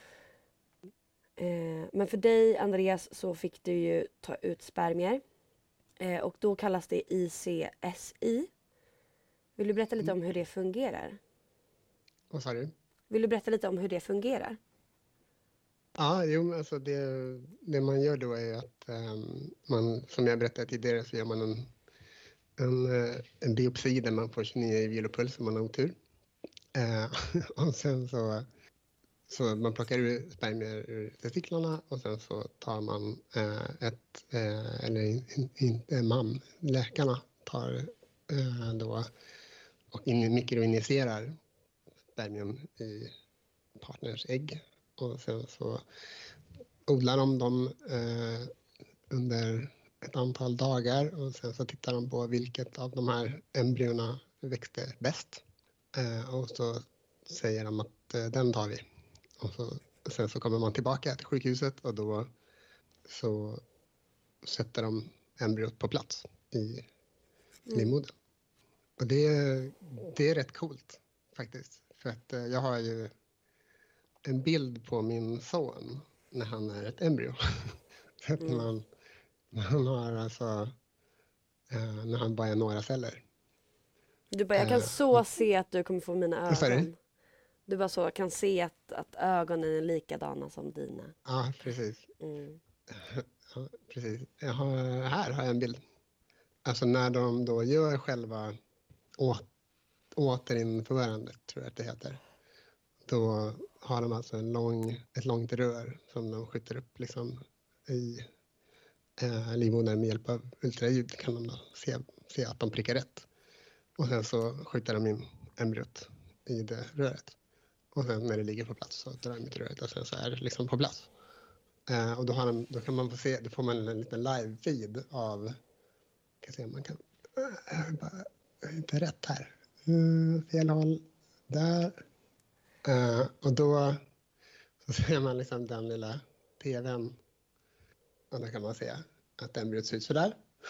Eh, men för dig, Andreas, så fick du ju ta ut spermier. Eh, och då kallas det I C S I. Vill du berätta lite om hur det fungerar? Vad sa du? Vill du berätta lite om hur det fungerar? Ja, jo, alltså det, det man gör då är att um, man, som jag berättade tidigare, så gör man en, en, en biopsi där man får tjugonio i vilopuls om man har otur. Uh, och sen så, så man plockar ur spermier ur testiklarna och sen så tar man uh, ett, uh, eller inte in, man, läkarna tar uh, då och in, mikroinjicerar spermien i partners ägg. Och sen så odlar de dem eh, under ett antal dagar och sen så tittar de på vilket av de här embryona växte bäst. Eh, och så säger de att eh, den tar vi. Och så, sen så kommer man tillbaka till sjukhuset och då så sätter de embryot på plats i livmodern. Och det, det är rätt coolt faktiskt. För att eh, jag har ju en bild på min son när han är ett embryo. Så att Mm. man, man har alltså, eh, när han bara är några celler. Du bara, jag kan Eh, så se att du kommer få mina Vad sa du? ögon. Du bara så kan se att, att ögonen är likadana som dina. Ja, precis. Mm. Ja, precis. Jag har, här har jag en bild. Alltså när de då gör själva å, återinförandet, tror jag att det heter. Då har de alltså en lång, ett långt rör som de skjuter upp liksom i eh, livmodern med hjälp av ultraljud. Kan de då se, se att de prickar rätt. Och sen så skjuter de in embryot i det röret. Och sen när det ligger på plats så drar de ut röret och sen så är det liksom på plats. Uh, och då, har de, då kan man få se, då får man en liten live-feed av, kan se om man kan, uh, bara, inte rätt här, uh, fel håll, där. Uh, och då så ser man liksom den lilla tvn och då kan man se att den bryts ut sådär.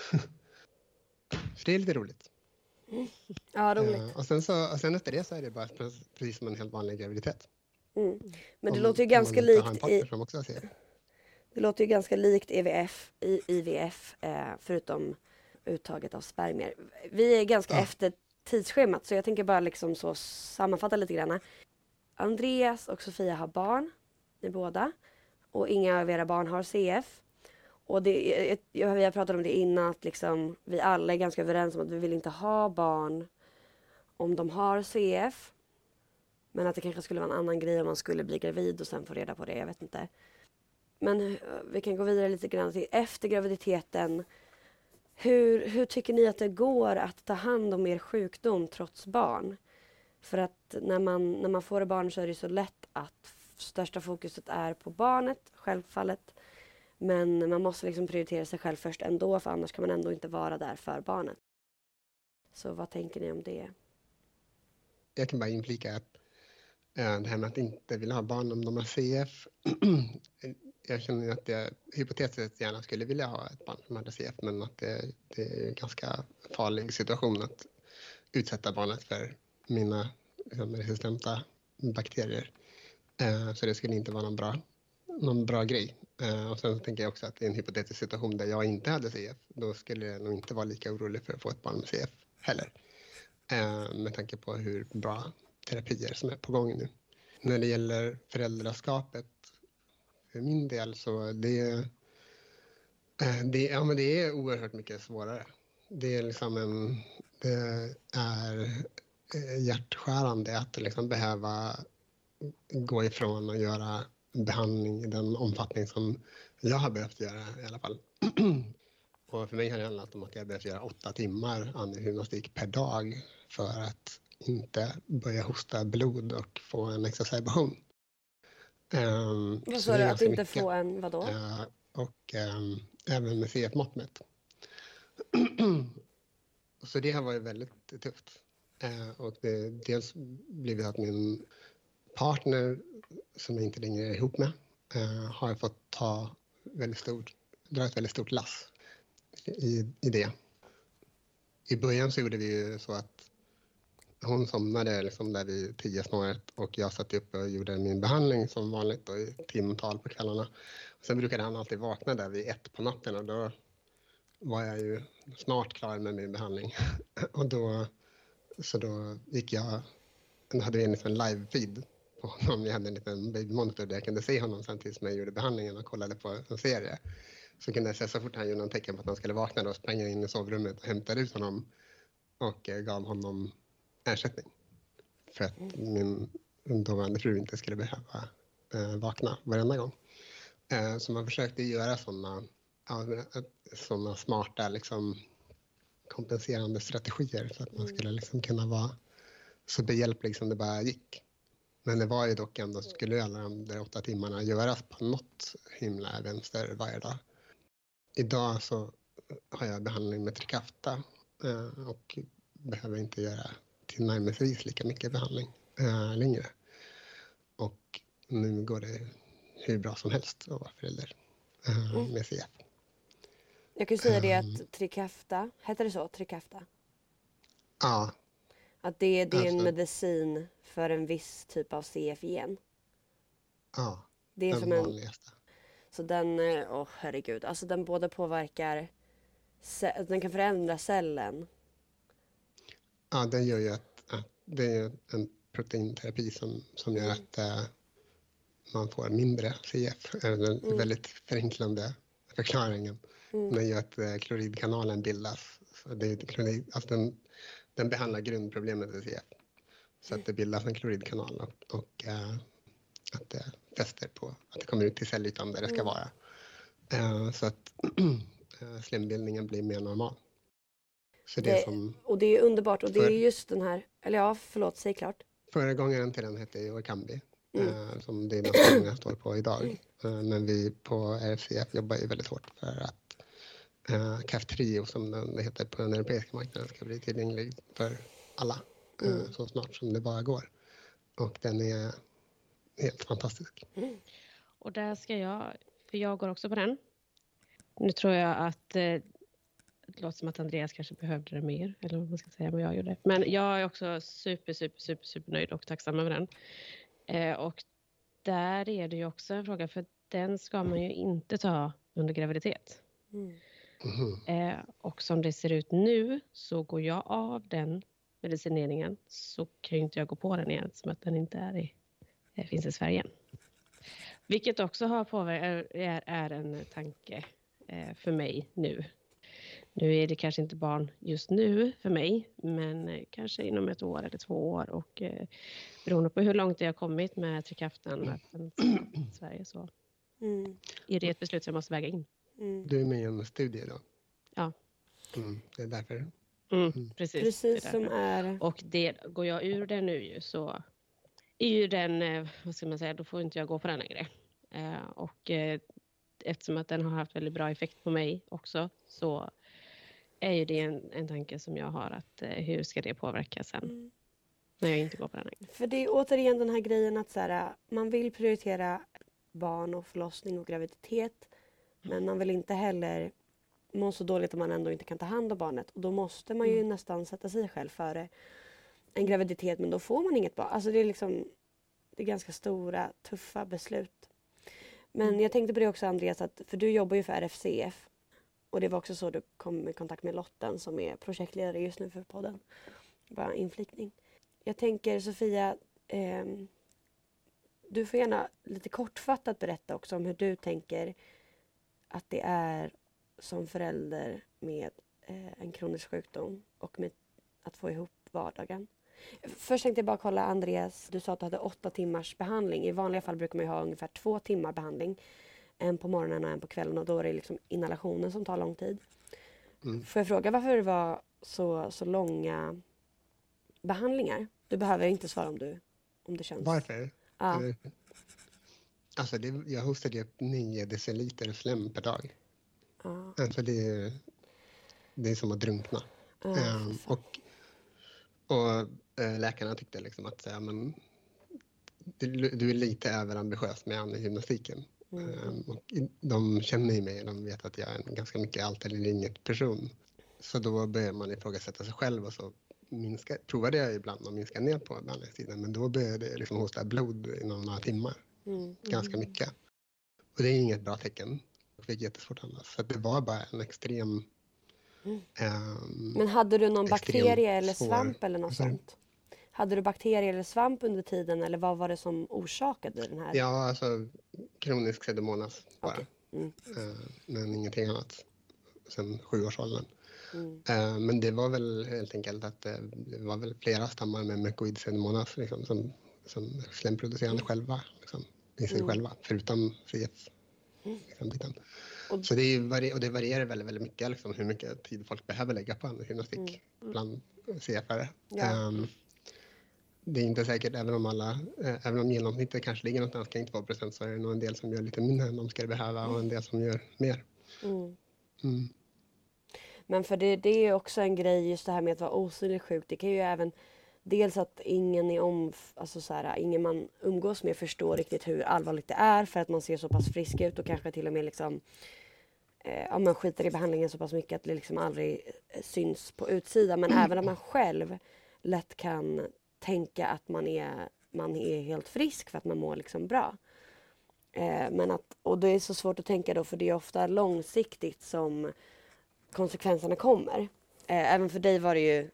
För det är lite roligt. Mm. Ja, roligt. Uh, och, sen så, och sen efter det så är det bara precis som en helt vanlig graviditet. Mm. Men det om, låter ju ganska likt i... Som också ser. Det låter ju ganska likt E V F, i I V F, eh, förutom uttaget av spermier. Vi är ganska ja. efter tidsschemat, så jag tänker bara liksom så sammanfatta lite grann. Andreas och Sofia har barn, ni båda. Och inga av era barn har C F. Och det, jag, vi har pratat om det innan, att liksom, vi alla är ganska överens om att vi vill inte ha barn om de har C F. Men att det kanske skulle vara en annan grej om man skulle bli gravid och sen få reda på det, jag vet inte. Men vi kan gå vidare lite grann till efter graviditeten. Hur, hur tycker ni att det går att ta hand om er sjukdom trots barn? För att när man, när man får barn så är det så lätt att största fokuset är på barnet, självfallet. Men man måste liksom prioritera sig själv först ändå, för annars kan man ändå inte vara där för barnet. Så vad tänker ni om det? Jag kan bara inflika att äh, det här med att inte vilja ha barn om de har C F. Jag känner att jag hypotetiskt gärna skulle vilja ha ett barn som hade C F, men att det, det är en ganska farlig situation att utsätta barnet för mina liksom, resistenta bakterier. Uh, så det skulle inte vara någon bra, någon bra grej. Uh, och sen så tänker jag också att i en hypotetisk situation där jag inte hade C F, då skulle jag nog inte vara lika orolig för att få ett barn med C F heller. Uh, med tanke på hur bra terapier som är på gång nu. När det gäller föräldraskapet, för min del så det, det, ja, men det är oerhört mycket svårare. Det är liksom en, det är hjärtskärande att liksom behöva gå ifrån och göra behandling i den omfattning som jag har behövt göra i alla fall. Och för mig har det handlat om att jag behövt göra åtta timmar andningsgymnastik per dag för att inte börja hosta blod och få en exacerbation. Um, vad sa du? Att inte mycket. Få en vadå? Uh, och um, även med C F-mått mätt. Så det har varit väldigt tufft. Uh, och det dels blivit att min partner, som jag inte längre är ihop med, uh, har fått ta väldigt stort, dra ett väldigt stort lass i, i det. I början så gjorde vi ju så att hon somnade liksom där vid tio snåret och jag satt upp och gjorde min behandling som vanligt då, i timtal på kvällarna. Sen brukade han alltid vakna där vid ett på natten och då var jag ju snart klar med min behandling. Och då, så då gick jag, då hade vi en liten live-feed på honom. Vi hade en liten babymonitor där jag kunde se honom samtidigt som jag gjorde behandlingen och kollade på en serie. Så kunde jag se så fort han gjorde någon tecken på att han skulle vakna då sprang jag in i sovrummet och hämtade ut honom och eh, gav honom ersättning. För att min dåvarande fru inte skulle behöva eh, vakna varenda gång. Eh, så man försökte göra sådana ja, såna smarta liksom, kompenserande strategier så att man skulle liksom kunna vara så behjälplig som det bara gick. Men det var ju dock ändå, skulle alla de där åtta timmarna göras på något himla vänster varje dag. Idag så har jag behandling med Trikafta eh, och behöver inte göra tillnärmelsevis lika mycket behandling äh, längre. Och nu går det hur bra som helst att vara förälder äh, mm. med C F. Jag kan säga um, det att Trikafta, heter det så? Trikafta? Ja. Att det, det är alltså, en medicin för en viss typ av C F-gen. Ja, det är den som en, vanligaste. Så den, åh oh, herregud, alltså den både påverkar, den kan förändra cellen. Ja, den gör ju att, att det är en proteinterapi som, som gör att eh, man får mindre C F. Den mm. väldigt förenklande förklaringen. Mm. Men gör att eh, kloridkanalen bildas. Så det är klorid, alltså den, den behandlar grundproblemet i C F. Så mm. att det bildas en kloridkanal och, och eh, att det fäster på att det kommer ut till cellytan där det ska mm. vara. Eh, så att slembildningen blir mer normal. Så det, det som, och det är underbart och det för, är just den här, eller ja, förlåt, säg klart. Föregångaren till den hette Orkambi, mm. eh, som det är den som jag står på idag. Mm. Eh, men vi på R F C F jobbar ju väldigt hårt för att eh, Kaftrio, som den, det heter på den europeiska marknaden, ska bli tillgänglig för alla mm. eh, så snart som det bara går. Och den är helt fantastisk. Mm. Och där ska jag, för jag går också på den. Nu tror jag att eh, det låter som att Andreas kanske behövde det mer, eller vad man ska säga, vad jag gjorde. Men jag är också super, super, super, super nöjd och tacksam över den. Eh, och där är det ju också en fråga, för den ska man ju inte ta under graviditet. Mm. Mm. Eh, och som det ser ut nu så går jag av den medicineringen, så kan ju inte jag gå på den igen, som att den inte är i, eh, finns i Sverige än. Vilket också har påverkat, är, är en tanke eh, för mig nu. Nu är det kanske inte barn just nu för mig, men eh, kanske inom ett år eller två år. Och eh, beroende på hur långt jag har kommit med Trikaftan att den i Sverige, så mm. är det ett beslut som jag måste väga in. Mm. Du är med i en studie då? Ja. Mm, det är därför. Mm, mm. Precis, precis det är som är. Och det, går jag ur det nu ju, så är ju den, eh, vad ska man säga, då får inte jag gå på den längre. Eh, och eh, eftersom att den har haft väldigt bra effekt på mig också, så är ju det en, en tanke som jag har, att eh, hur ska det påverka sen mm. när jag inte går på den längre. För det är återigen den här grejen att så här, man vill prioritera barn och förlossning och graviditet, men man vill inte heller må så dåligt att man ändå inte kan ta hand om barnet, och då måste man ju mm. nästan sätta sig själv före en graviditet, men då får man inget barn. Alltså det är liksom, det är ganska stora, tuffa beslut. Men mm. jag tänkte på det också, Andreas, att, för du jobbar ju för R F C F. Och det var också så du kom i kontakt med Lotten, som är projektledare just nu för podden. Bara inflikning. Jag tänker, Sofia, eh, du får gärna lite kortfattat berätta också om hur du tänker att det är som förälder med eh, en kronisk sjukdom och med att få ihop vardagen. Först tänkte jag bara kolla, Andreas, du sa att du hade åtta timmars behandling. I vanliga fall brukar man ju ha ungefär två timmar behandling. En på morgonen och en på kvällen, och då är det liksom inhalationen som tar lång tid. Mm. Får jag fråga varför det var så, så långa behandlingar? Du behöver inte svara om du om det känns. Varför? Ja. Alltså det, jag hostade upp nio deciliter slem per dag. Ja. Alltså det är, det är som att drunkna. Ja, um, och och äh, läkarna tyckte liksom att ja, men, du, du är lite överambitiös med andningsgymnastiken. Mm. Um, och de känner ju mig, de vet att jag är en ganska mycket allt eller inget person. Så då börjar man ifrågasätta sig själv, och så minska, provade jag ibland att minska ner på behandlingstiden, men då började jag liksom hosta blod inom några timmar. Mm. Ganska mycket. Och det är inget bra tecken. Jag fick jättesvårt annars. Så det var bara en extrem... Mm. Um, men hade du någon bakterie eller svår... svamp eller något sånt? Hade du bakterier eller svamp under tiden, eller vad var det som orsakade den här? Ja, alltså kronisk pseudomonas bara. Okay. Mm. Uh, men ingenting annat sen sjuårsåldern. Mm. Uh, men det var väl helt enkelt att uh, det var väl flera stammar med mycoid pseudomonas liksom, som, som slemproducerande mm. själva liksom, i sig mm. själva, förutom C F. Mm. Liksom, biten. Och, så det, är, och det varierar väldigt, väldigt mycket liksom, hur mycket tid folk behöver lägga på andningsgymnastik mm. mm. bland C F-are. Ja. Um, det är inte säkert, även om alla, eh, även om genomsnittet kanske ligger någonstans kring två procent, så är det nog en del som gör lite mindre än de ska behöva mm. och en del som gör mer. Mm. Mm. Men för det, det är också en grej, just det här med att vara osynligt sjuk. Det kan ju även, dels att ingen är om, alltså så här, ingen man umgås med förstår riktigt hur allvarligt det är, för att man ser så pass frisk ut och kanske till och med liksom, eh, ja, man skiter i behandlingen så pass mycket att det liksom aldrig syns på utsidan. Men även att man själv lätt kan tänka att man är, man är helt frisk för att man mår liksom bra. Eh, men att, och det är så svårt att tänka då, för det är ofta långsiktigt som konsekvenserna kommer. Eh, även för dig var det ju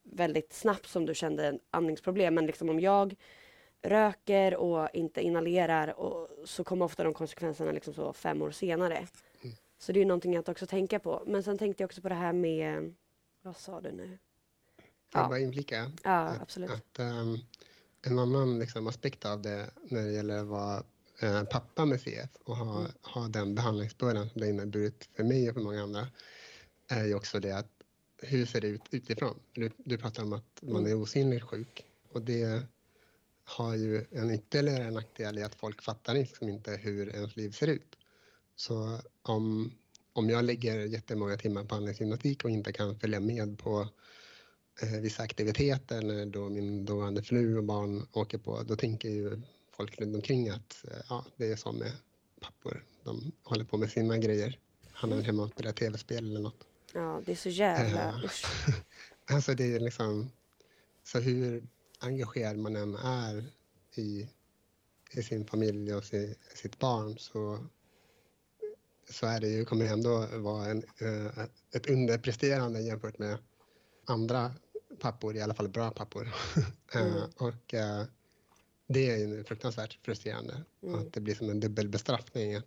väldigt snabbt som du kände andningsproblem. Men liksom om jag röker och inte inhalerar och så kommer ofta de konsekvenserna liksom så fem år senare. Mm. Så det är ju någonting att också tänka på. Men sen tänkte jag också på det här med, vad sa du nu? Får jag bara inflika? Ja, att, absolut. Att, um, en annan liksom, aspekt av det när det gäller att vara uh, pappa med C F och ha, mm. ha den behandlingsbördan som det inneburit för mig och för många andra är ju också det att hur ser det ut utifrån? Du, du pratar om att man är osynligt sjuk och det har ju en ytterligare nackdel i att folk fattar liksom inte hur ens liv ser ut. Så om, om jag lägger jättemånga timmar på andningsgymnastik och inte kan följa med på eh, vissa aktiviteter när då min dåvarande fru och barn åker på, då tänker ju folk runt omkring att eh, ja, det är som med pappor. De håller på med sina grejer. Han är hemma och spelar tv-spel eller något. Ja, det är så jävla Uh, usch. Alltså det är liksom, så hur engagerad man än är i, i sin familj och si, sitt barn så, så är det ju, kommer det ändå vara en, uh, ett underpresterande jämfört med andra pappor, i alla fall bra pappor. Mm. uh, och uh, det är ju fruktansvärt frustrerande. Mm. Att det blir som en dubbel bestraffning. Uh,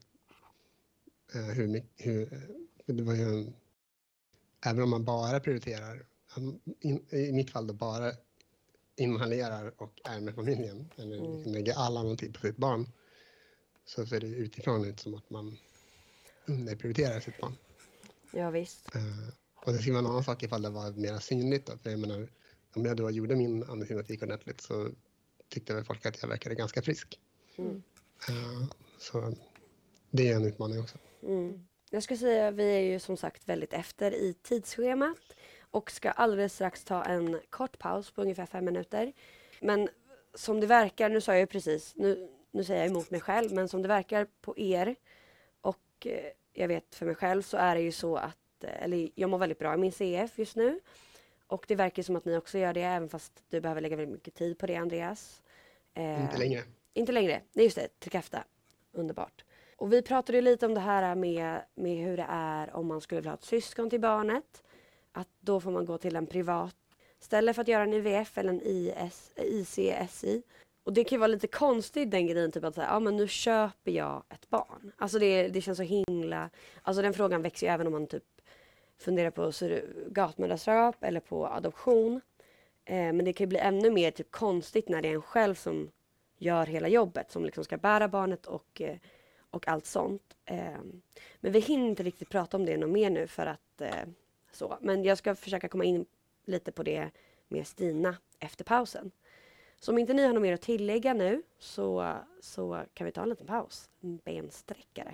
hur mycket, hur, det var ju en, även om man bara prioriterar, in, i mitt fall då bara inhalerar och är med familjen, eller mm. lägger all annan tid på sitt barn, så ser det utifrån ut som att man underprioriterar sitt barn. Ja, visst. Uh, och det skulle vara en annan sak ifall det var mer synligt då, för jag menar, om jag då gjorde min andningsgymnastik ordentligt så tyckte väl folk att jag verkade ganska frisk. Mm. Uh, så det är en utmaning också. Mm. Jag ska säga att vi är ju som sagt väldigt efter i tidsschemat och ska alldeles strax ta en kort paus på ungefär fem minuter. Men som det verkar, nu sa jag ju precis, nu, nu säger jag emot mig själv, men som det verkar på er och eh, jag vet för mig själv så är det ju så att, eller jag mår väldigt bra i min C F just nu och det verkar som att ni också gör det, även fast du behöver lägga väldigt mycket tid på det, Andreas. Eh, inte längre. Inte längre, det är just det, Trikafta, underbart. Och vi pratade ju lite om det här med, med hur det är om man skulle vilja ha ett syskon till barnet. Att då får man gå till en privat ställe för att göra en I V F eller en I C S I. Och det kan ju vara lite konstigt den grejen, typ att säga, ja men nu köper jag ett barn. Alltså det, det känns så himla, alltså den frågan växer ju även om man typ funderar på surrogatmödraskap eller på adoption. Eh, men det kan ju bli ännu mer typ konstigt när det är en själv som gör hela jobbet, som liksom ska bära barnet och eh, och allt sånt. Eh, men vi hinner inte riktigt prata om det något mer nu för att eh, så. Men jag ska försöka komma in lite på det med Stina efter pausen. Så om inte ni har något mer att tillägga nu så, så kan vi ta en liten paus. En bensträckare.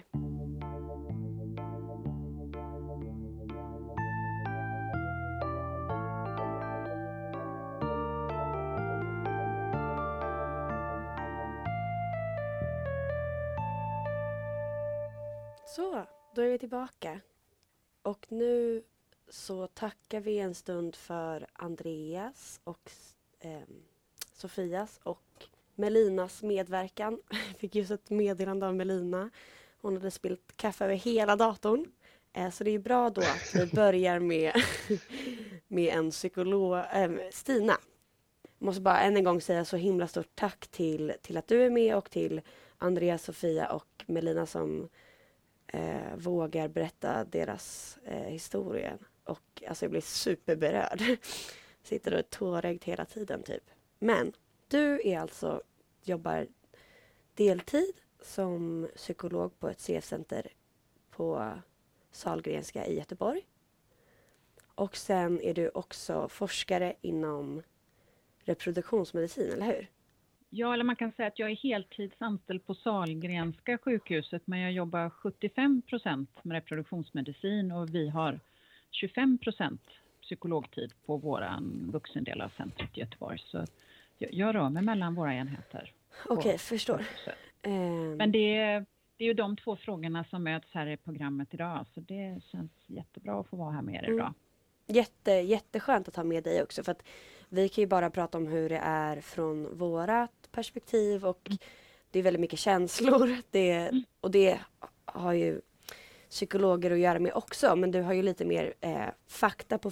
Så, då är vi tillbaka. Och nu så tackar vi en stund för Andreas och eh, Sofias och Melinas medverkan. Jag fick just ett meddelande av Melina. Hon hade spillt kaffe över hela datorn. Eh, så det är bra då att vi börjar med, med en psykolog, eh, Stina. Jag måste bara än en gång säga så himla stort tack till, till att du är med och till Andreas, Sofia och Melina som Eh, vågar berätta deras eh, historia. Och alltså jag blir superberörd. Sitter och är tårögd hela tiden typ. Men du är alltså, jobbar deltid som psykolog på ett C F-center på Sahlgrenska i Göteborg. Och sen är du också forskare inom reproduktionsmedicin, eller hur? Ja, eller man kan säga att jag är heltidsanställd på Sahlgrenska sjukhuset, men jag jobbar sjuttiofem procent med reproduktionsmedicin och vi har tjugofem procent psykologtid på våran vuxendel av centret i Göteborg. Så jag, jag rör mig mellan våra enheter. Okej, okay, förstår. Um... Men det är, det är ju de två frågorna som möts här i programmet idag, så det känns jättebra att få vara här med er idag. Mm. Jätte, jätteskönt att ha med dig också, för att vi kan ju bara prata om hur det är från vårat perspektiv och mm. det är väldigt mycket känslor det, mm. och det har ju psykologer att göra med också, men du har ju lite mer eh, fakta på, föt-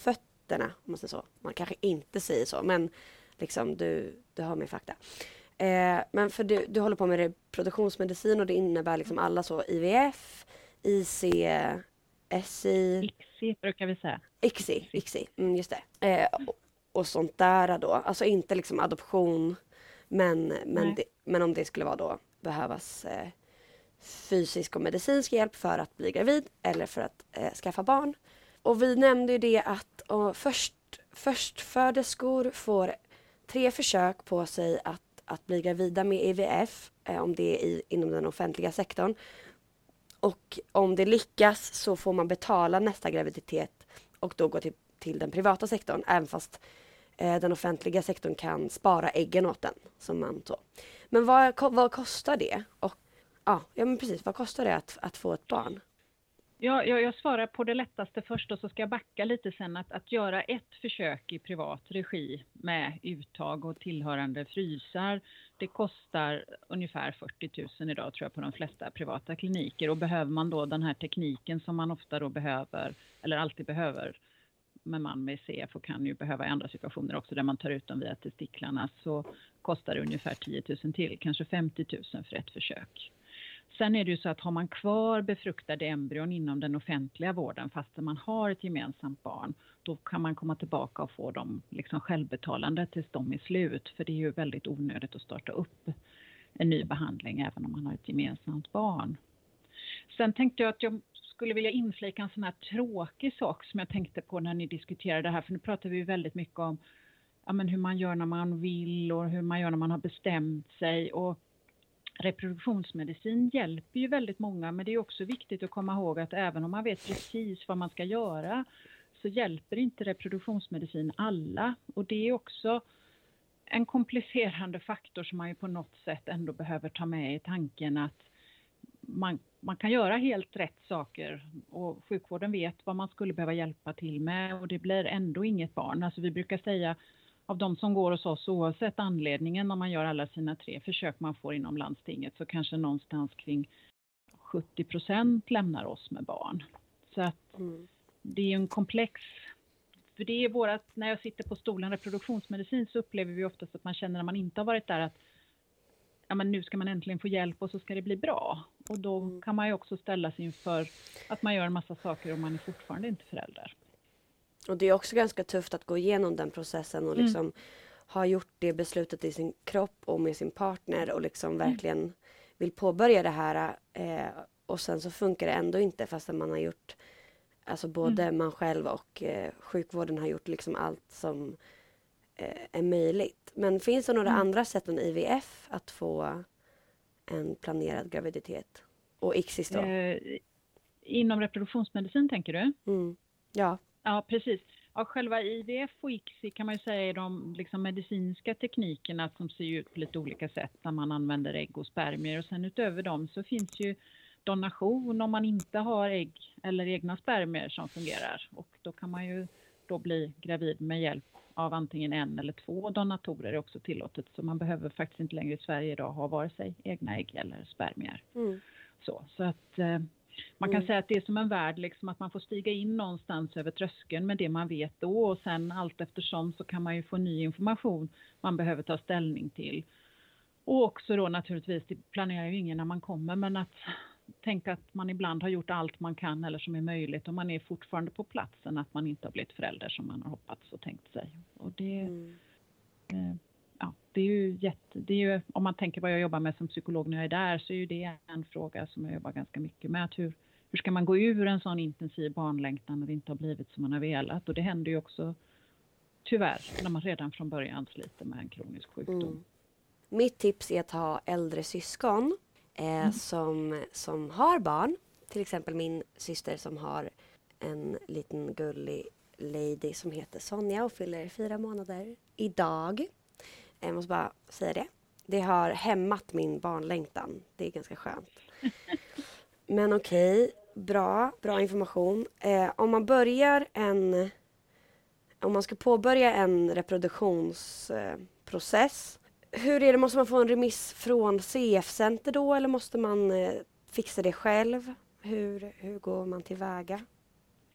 myterna, om man säger så. Man kanske inte säger så, men liksom du, du har mer fakta. Eh, men för du, du håller på med reproduktionsmedicin och det innebär liksom alla så I V F, I C, S I... I C S I brukar vi säga. I C S I, I C S I, mm, just det. Eh, och, och sånt där då. Alltså inte liksom adoption, men, men, det, men om det skulle vara då behövas eh, fysisk och medicinsk hjälp för att bli gravid eller för att eh, skaffa barn. Och vi nämnde ju det att och först, förstföderskor får tre försök på sig att, att bli gravida med I V F, eh, om det är i, inom den offentliga sektorn. Och om det lyckas så får man betala nästa graviditet och då gå till, till den privata sektorn, även fast eh, den offentliga sektorn kan spara äggen åt den. Som man så. Men vad, vad kostar det? Och, ja, ja, men precis. Vad kostar det att, att få ett barn? Ja, jag, jag svarar på det lättaste först och så ska jag backa lite sen. Att, att göra ett försök i privat regi med uttag och tillhörande frysar, det kostar ungefär fyrtio tusen idag tror jag på de flesta privata kliniker. Och behöver man då den här tekniken som man ofta då behöver, eller alltid behöver med man med C F och kan ju behöva i andra situationer också där man tar ut dem via testiklarna, så kostar det ungefär tio tusen till, kanske femtio tusen för ett försök. Sen är det ju så att har man kvar befruktade embryon inom den offentliga vården fast man har ett gemensamt barn, då kan man komma tillbaka och få dem liksom självbetalande tills de är slut. För det är ju väldigt onödigt att starta upp en ny behandling även om man har ett gemensamt barn. Sen tänkte jag att jag skulle vilja inflika en sån här tråkig sak som jag tänkte på när ni diskuterade det här. För nu pratar vi ju väldigt mycket om ja, men hur man gör när man vill och hur man gör när man har bestämt sig. Och reproduktionsmedicin hjälper ju väldigt många, men det är också viktigt att komma ihåg att även om man vet precis vad man ska göra så hjälper inte reproduktionsmedicin alla. Och det är också en komplicerande faktor som man ju på något sätt ändå behöver ta med i tanken att man, man kan göra helt rätt saker och sjukvården vet vad man skulle behöva hjälpa till med och det blir ändå inget barn. Alltså vi brukar säga av de som går hos oss oavsett anledningen när man gör alla sina tre försök man får inom landstinget så kanske någonstans kring sjuttio procent lämnar oss med barn. Så att mm. det är en komplex, för det är vårat, när jag sitter på stolen reproduktionsmedicin så upplever vi oftast att man känner när man inte har varit där att ja, men nu ska man äntligen få hjälp och så ska det bli bra. Och då mm. kan man ju också ställa sig inför att man gör en massa saker och man är fortfarande inte förälder. Och det är också ganska tufft att gå igenom den processen och liksom mm. ha gjort det beslutet i sin kropp och med sin partner och liksom mm. verkligen vill påbörja det här eh, och sen så funkar det ändå inte fast man har gjort, alltså både mm. man själv och eh, sjukvården har gjort liksom allt som eh, är möjligt. Men finns det några mm. andra sätt än I V F att få en planerad graviditet? Och I C S I då? Eh, inom reproduktionsmedicin tänker du? Mm. Ja. Ja, precis. Ja, själva I V F och I C S I kan man ju säga är de liksom medicinska teknikerna som ser ut på lite olika sätt när man använder ägg och spermier. Och sen utöver dem så finns ju donation om man inte har ägg eller egna spermier som fungerar. Och då kan man ju då bli gravid med hjälp av antingen en eller två donatorer är också tillåtet. Så man behöver faktiskt inte längre i Sverige idag ha vare sig egna ägg eller spermier. Mm. Så, så att... Eh, Man kan mm. säga att det är som en värld, liksom, att man får stiga in någonstans över tröskeln med det man vet då. Och sen allt eftersom så kan man ju få ny information man behöver ta ställning till. Och också då naturligtvis, det planerar ju ingen när man kommer, men att tänka att man ibland har gjort allt man kan eller som är möjligt. Och man är fortfarande på platsen att man inte har blivit förälder som man har hoppats och tänkt sig. Och det, mm. eh, ja, det är ju jätte, det är ju, om man tänker vad jag jobbar med som psykolog när jag är där så är ju det en fråga som jag jobbar ganska mycket med. Att hur, hur ska man gå ur en sån intensiv barnlängtan när det inte har blivit som man har velat? Och det händer ju också tyvärr när man redan från början sliter med en kronisk sjukdom. Mm. Mitt tips är att ha äldre syskon eh, mm. som, som har barn. Till exempel min syster som har en liten gullig lady som heter Sonja och fyller fyra månader idag. Jag måste bara säga det. Det har hämmat min barnlängtan. Det är ganska skönt. Men okej, okay, bra, bra information. Eh, om man börjar en... Om man ska påbörja en reproduktionsprocess. Eh, hur är det? Måste man få en remiss från C F-center då? Eller måste man eh, fixa det själv? Hur, hur går man tillväga?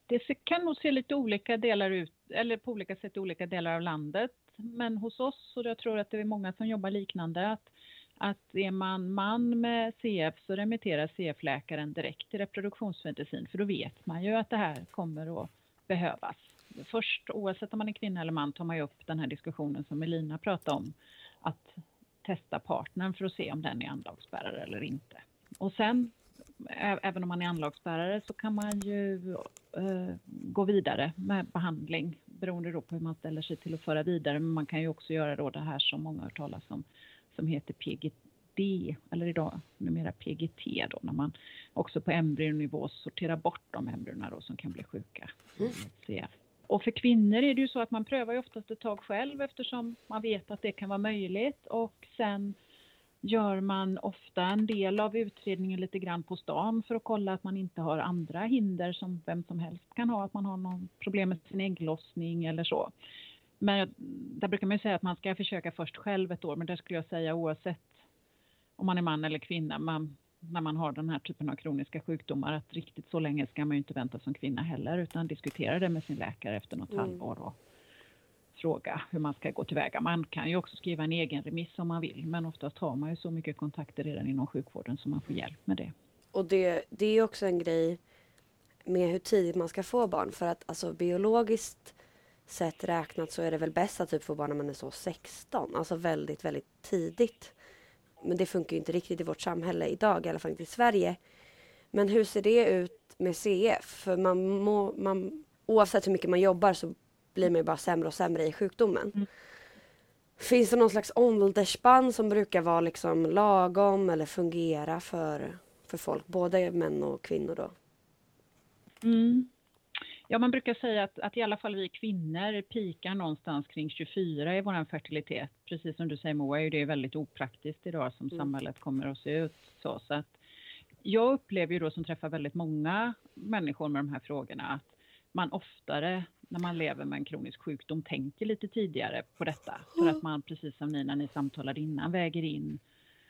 det kan nog se lite olika delar ut, eller på olika sätt i olika delar av landet. Men hos oss, och jag tror att det är många som jobbar liknande, att, att är man man med C F så remitterar C F-läkaren direkt till reproduktionsmedicin. För då vet man ju att det här kommer att behövas. Först, oavsett om man är kvinna eller man, tar man ju upp den här diskussionen som Elina pratade om. Att testa partnern för att se om den är anlagsbärare eller inte. Och sen, även om man är anlagsbärare, så kan man ju eh, gå vidare med behandling. Beroende då på hur man ställer sig till att föra vidare. Men man kan ju också göra då det här som många har talat om, som heter P G D. Eller idag numera P G T då. När man också på embryonivå sorterar bort de embryona då som kan bli sjuka. Mm. Och för kvinnor är det ju så att man prövar ju oftast ett tag själv eftersom man vet att det kan vara möjligt. Och sen gör man ofta en del av utredningen lite grann på stan för att kolla att man inte har andra hinder som vem som helst kan ha. Att man har någon problem med sin ägglossning eller så. Men där brukar man ju säga att man ska försöka först själv ett år. Men det skulle jag säga oavsett om man är man eller kvinna. Man, när man har den här typen av kroniska sjukdomar, att riktigt så länge ska man ju inte vänta som kvinna heller. Utan diskutera det med sin läkare efter något mm. halvår och fråga hur man ska gå tillväga. Man kan ju också skriva en egen remiss om man vill. Men oftast har man ju så mycket kontakter redan inom sjukvården så man får hjälp med det. Och det, det är också en grej med hur tidigt man ska få barn. För att alltså biologiskt sett räknat så är det väl bäst att typ få barn när man är så sexton. Alltså väldigt, väldigt tidigt. Men det funkar ju inte riktigt i vårt samhälle idag, i alla fall inte i Sverige. Men hur ser det ut med C F? För man må, man, oavsett hur mycket man jobbar så blir man ju bara sämre och sämre i sjukdomen. Mm. Finns det någon slags åldersspann som brukar vara liksom lagom eller fungera för, för folk, både män och kvinnor då? Mm. Ja, man brukar säga att, att i alla fall vi kvinnor pikar någonstans kring tjugofyra i vår fertilitet. Precis som du säger Moa, är ju det väldigt opraktiskt idag som mm. samhället kommer att se ut. Så, så att jag upplever ju då som träffar väldigt många människor med de här frågorna att man oftare när man lever med en kronisk sjukdom tänker lite tidigare på detta. För att man, precis som ni när ni samtalade innan, väger in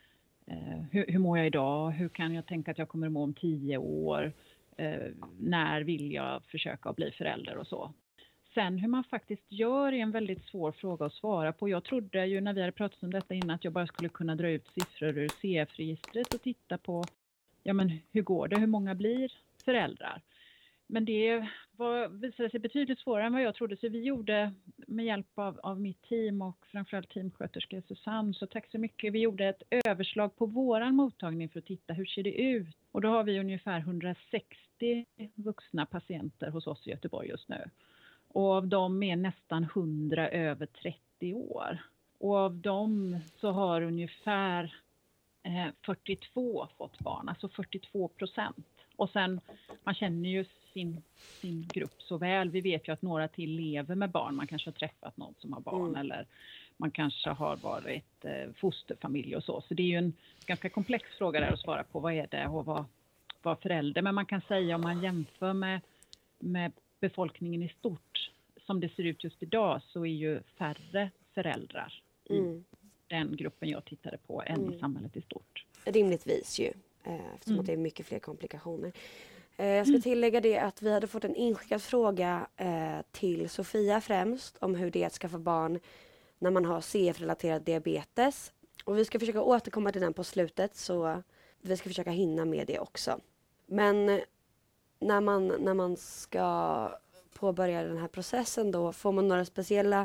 eh, hur, hur mår jag idag? Hur kan jag tänka att jag kommer att må om tio år? Eh, när vill jag försöka att bli förälder och så. Sen hur man faktiskt gör är en väldigt svår fråga att svara på. Jag trodde ju när vi hade pratat om detta innan att jag bara skulle kunna dra ut siffror ur C F-registret och titta på ja, men hur går det? Hur många blir föräldrar? Men det var, visade sig betydligt svårare än vad jag trodde. Så vi gjorde med hjälp av, av mitt team och framförallt teamsköterska Susanne. Så tack så mycket. Vi gjorde ett överslag på våran mottagning för att titta hur ser det ut. Och då har vi ungefär hundrasextio vuxna patienter hos oss i Göteborg just nu. Och av dem är nästan hundra över trettio år. Och av dem så har ungefär eh, fyrtiotvå fått barn. Alltså fyrtiotvå procent. Och sen, man känner ju sin, sin grupp så väl. Vi vet ju att några till lever med barn. Man kanske har träffat någon som har barn. Mm. Eller man kanske har varit eh, fosterfamilj och så. Så det är ju en ganska komplex fråga där att svara på. Vad är det och vad, vad förälder? Men man kan säga om man jämför med, med befolkningen i stort. Som det ser ut just idag så är ju färre föräldrar mm. i den gruppen jag tittade på än mm. i samhället i stort. Rimligtvis ju. Eftersom mm. att det är mycket fler komplikationer. Jag ska tillägga det att vi hade fått en inskickad fråga till Sofia främst om hur det är att skaffa barn när man har C F-relaterad diabetes. Och vi ska försöka återkomma till den på slutet så vi ska försöka hinna med det också. Men när man, när man ska påbörja den här processen då får man några speciella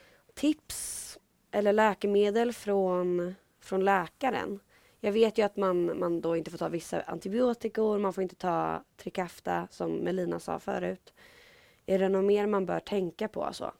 tips eller läkemedel från, från läkaren. Jag vet ju att man, man då inte får ta vissa antibiotikor, man får inte ta Trikafta som Melina sa förut. Är det något mer man bör tänka på alltså?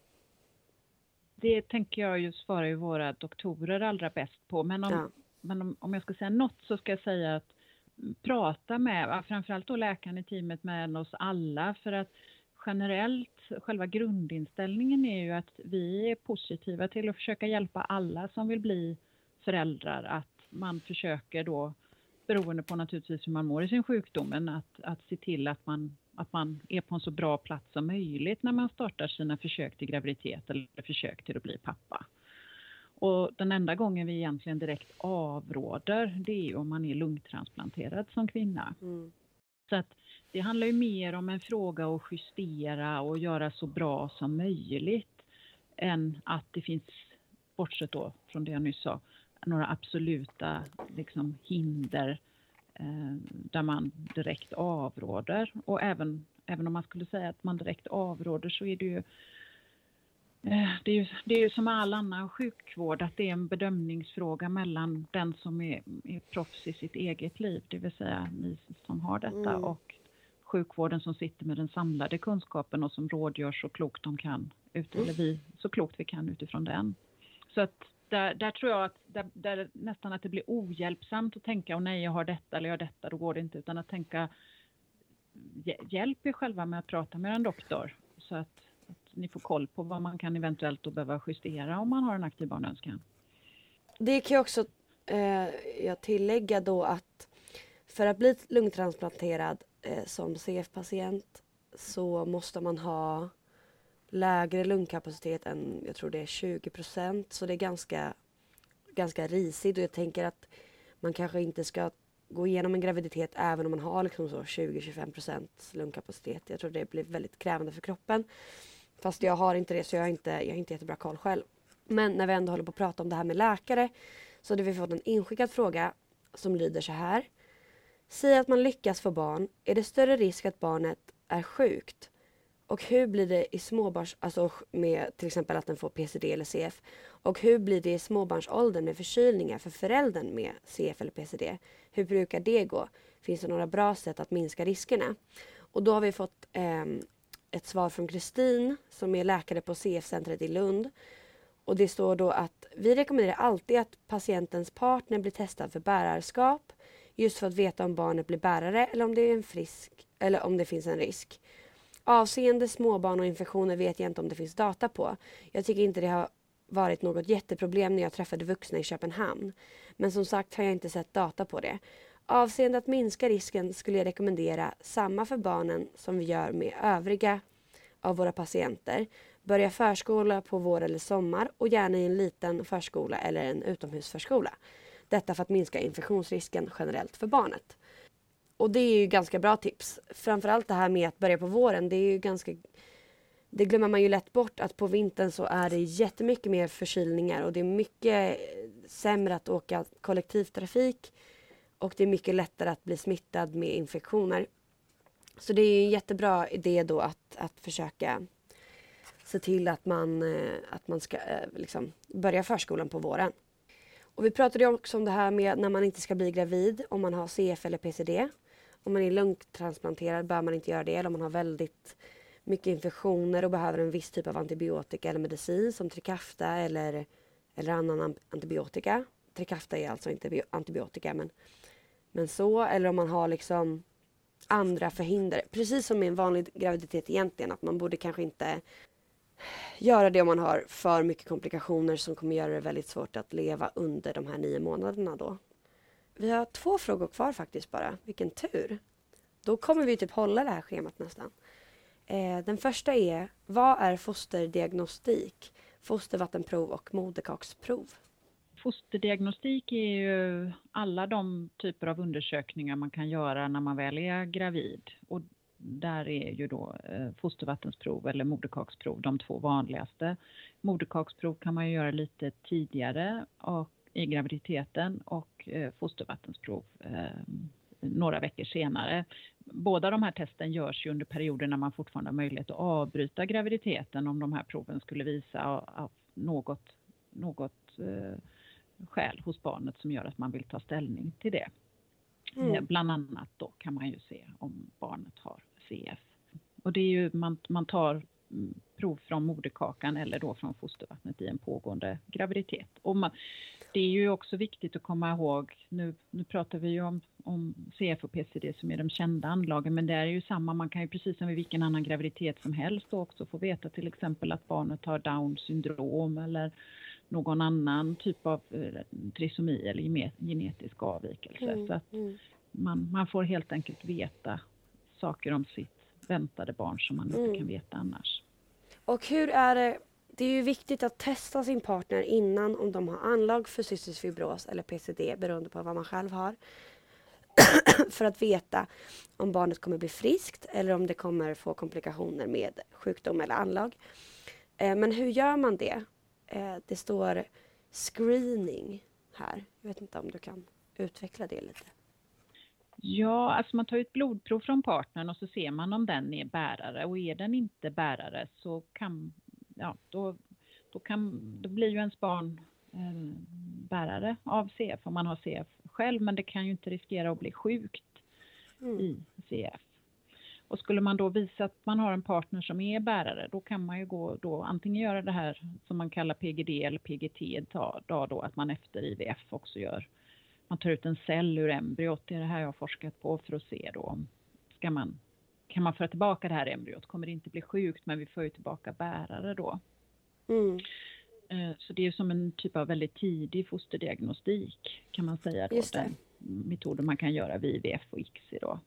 Det tänker jag ju svarar ju våra doktorer allra bäst på. Men om, ja. men om, om jag ska säga något så ska jag säga att prata med, framförallt då läkaren i teamet med oss alla. För att generellt, själva grundinställningen är ju att vi är positiva till att försöka hjälpa alla som vill bli föräldrar att man försöker då, beroende på naturligtvis hur man mår i sin sjukdom, men att, att se till att man, att man är på en så bra plats som möjligt när man startar sina försök till graviditet eller försök till att bli pappa. Och den enda gången vi egentligen direkt avråder det är om man är lungtransplanterad som kvinna. Mm. Så att det handlar ju mer om en fråga att justera och göra så bra som möjligt än att det finns, bortsett då från det jag nyss sa, några absoluta liksom, hinder eh, där man direkt avråder. Och även, även om man skulle säga att man direkt avråder så är det ju eh, det är ju, det är ju som all annan sjukvård att det är en bedömningsfråga mellan den som är, är proffs i sitt eget liv, det vill säga ni som har detta Mm. och sjukvården som sitter med den samlade kunskapen och som rådgör så klokt de kan, ut, Mm. eller vi så klokt vi kan utifrån den. Så att där, där tror jag att där, där nästan att det blir ohjälpsamt att tänka, och nej jag har detta eller jag har detta, då går det inte, utan att tänka hjälp er själva med att prata med en doktor så att, att ni får koll på vad man kan eventuellt då behöva justera om man har en aktiv barnönskan. Det kan jag också eh, jag tillägga då att för att bli lungtransplanterad eh, som C F-patient så måste man ha lägre lungkapacitet än, jag tror det är tjugo procent. Så det är ganska, ganska risigt och jag tänker att man kanske inte ska gå igenom en graviditet även om man har liksom så tjugo till tjugofem procent lungkapacitet. Jag tror det blir väldigt krävande för kroppen. Fast jag har inte det så jag har inte, jag har inte jättebra koll själv. Men när vi ändå håller på att prata om det här med läkare så hade vi fått en inskickad fråga som lyder så här. Säg att man lyckas få barn. Är det större risk att barnet är sjukt? Och hur blir det i småbarns, alltså med till exempel att den får P C D eller C F? Och hur blir det i småbarnsåldern med förkylningar för föräldern med C F eller P C D? Hur brukar det gå? Finns det några bra sätt att minska riskerna? Och då har vi fått eh, ett svar från Kristin som är läkare på C F-centret i Lund. Och det står då att vi rekommenderar alltid att patientens partner blir testad för bärarskap. Just för att veta om barnet blir bärare eller om det är en frisk eller om det finns en risk. Avseende småbarn och infektioner vet jag inte om det finns data på. Jag tycker inte det har varit något jätteproblem när jag träffade vuxna i Köpenhamn. Men som sagt har jag inte sett data på det. Avseende att minska risken skulle jag rekommendera samma för barnen som vi gör med övriga av våra patienter. Börja förskola på vår eller sommar och gärna i en liten förskola eller en utomhusförskola. Detta för att minska infektionsrisken generellt för barnet. Och det är ju ganska bra tips. Framförallt det här med att börja på våren. Det är ju ganska... Det glömmer man ju lätt bort att på vintern så är det jättemycket mer förkylningar. Och det är mycket sämre att åka kollektivtrafik. Och det är mycket lättare att bli smittad med infektioner. Så det är ju en jättebra idé då att, att försöka se till att man, att man ska liksom börja förskolan på våren. Och vi pratade ju också om det här med när man inte ska bli gravid, om man har C F eller P C D. Om man är lungtransplanterad bör man inte göra det, eller om man har väldigt mycket infektioner och behöver en viss typ av antibiotika eller medicin som Trikafta eller, eller annan antibiotika. Trikafta är alltså inte antibiotika, men, men så. Eller om man har liksom andra förhinder. Precis som i en vanlig graviditet egentligen, att man borde kanske inte göra det om man har för mycket komplikationer som kommer göra det väldigt svårt att leva under de här nio månaderna då. Vi har två frågor kvar faktiskt bara. Vilken tur. Då kommer vi typ hålla det här schemat nästan. Eh, den första är, vad är fosterdiagnostik, fostervattenprov och moderkaksprov? Fosterdiagnostik är ju alla de typer av undersökningar man kan göra när man väl är gravid. Och där är ju då eh, fostervattensprov eller moderkaksprov de två vanligaste. Moderkaksprov kan man ju göra lite tidigare och, i graviditeten och eh, fostervattensprov eh, några veckor senare. Båda de här testen görs ju under perioder när man fortfarande har möjlighet att avbryta graviditeten om de här proven skulle visa av något, något eh, skäl hos barnet som gör att man vill ta ställning till det. Mm. Eh, bland annat då kan man ju se om barnet har C F. Och det är ju, man, man tar prov från moderkakan eller då från fostervattnet i en pågående graviditet. Och man, det är ju också viktigt att komma ihåg, nu, nu pratar vi ju om, om C F och P C D som är de kända anlagen, men det är ju samma, man kan ju precis som vid vilken annan graviditet som helst också få veta till exempel att barnet har Downs syndrom eller någon annan typ av eh, trisomi eller genetisk avvikelse. Mm, så att mm. man, man får helt enkelt veta saker om sitt väntade barn som man inte mm. kan veta annars. Och hur är det, det är ju viktigt att testa sin partner innan om de har anlag för cystisk fibros eller P C D beroende på vad man själv har. för att veta om barnet kommer bli friskt eller om det kommer få komplikationer med sjukdom eller anlag. Eh, men hur gör man det? Eh, det står screening här. Jag vet inte om du kan utveckla det lite. Ja, alltså man tar ett blodprov från partnern och så ser man om den är bärare. Och är den inte bärare så kan, ja, då, då kan, då blir ju ens barn eh, bärare av C F om man har C F själv. Men det kan ju inte riskera att bli sjukt mm. i C F. Och skulle man då visa att man har en partner som är bärare, då kan man ju gå då antingen göra det här som man kallar P G D eller P G T, då, då att man efter I V F också gör. Man tar ut en cell ur embryot, det är det här jag har forskat på för att se då. Ska man, kan man föra tillbaka det här embryot? Kommer det inte bli sjukt, men vi får ju tillbaka bärare då. Mm. Så det är som en typ av väldigt tidig fosterdiagnostik kan man säga då. Just det. Den metoden man kan göra vid I V F och I C S I då.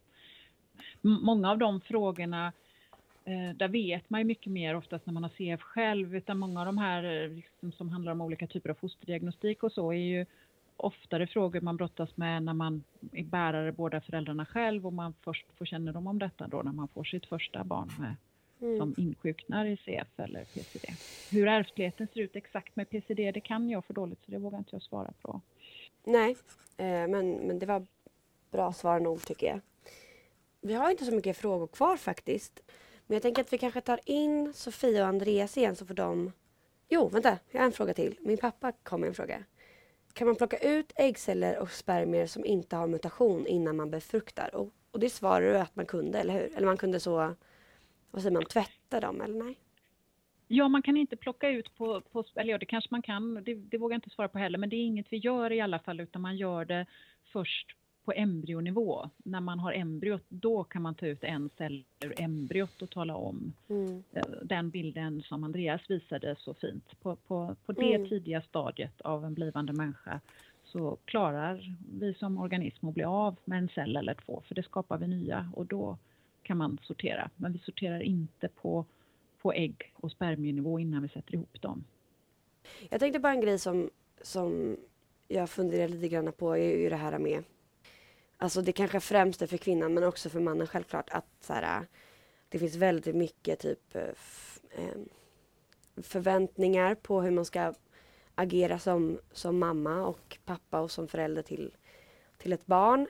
Många av de frågorna, där vet man ju mycket mer oftast när man har C F själv. Utan många av de här liksom, som handlar om olika typer av fosterdiagnostik och så är ju oftare frågor man brottas med när man är bärare båda föräldrarna själv. Och man först får kännedom om detta då när man får sitt första barn med, mm. som insjuknar i C F eller P C D. Hur ärftligheten ser ut exakt med P C D, det kan jag för dåligt så det vågar inte jag svara på. Nej, eh, men, men det var bra svar nog tycker jag. Vi har inte så mycket frågor kvar faktiskt. Men jag tänker att vi kanske tar in Sofia och Andreas igen så får de... Jo, vänta. Jag har en fråga till. Min pappa kom med en fråga. Kan man plocka ut äggceller och spermier som inte har mutation innan man befruktar? Och, och det svarar du att man kunde, eller hur? Eller man kunde så... Vad säger man? Tvätta dem, eller nej? Ja, man kan inte plocka ut på... på eller ja, det kanske man kan. Det, det vågar jag inte svara på heller. Men det är inget vi gör i alla fall. Utan man gör det först... på embryonivå. När man har embryot, då kan man ta ut en cell ur embryot och tala om mm. den bilden som Andreas visade så fint. På, på, på det mm. tidiga stadiet av en blivande människa så klarar vi som organism att bli av med en cell eller två. För det skapar vi nya och då kan man sortera. Men vi sorterar inte på, på ägg- och spermienivå innan vi sätter ihop dem. Jag tänkte bara en grej som, som jag funderar lite grann på är ju det här med alltså det kanske främst är för kvinnan men också för mannen självklart att så här, det finns väldigt mycket typ f- eh, förväntningar på hur man ska agera som, som mamma och pappa och som förälder till, till ett barn.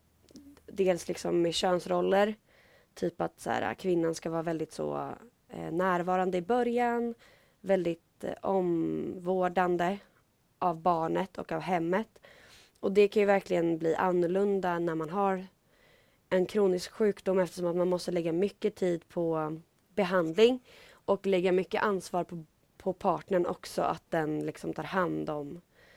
Dels liksom med könsroller, typ att så här, kvinnan ska vara väldigt så eh, närvarande i början, väldigt eh, omvårdande av barnet och av hemmet. Och det kan ju verkligen bli annorlunda när man har en kronisk sjukdom eftersom att man måste lägga mycket tid på behandling och lägga mycket ansvar på, på partnern också att den liksom tar hand om,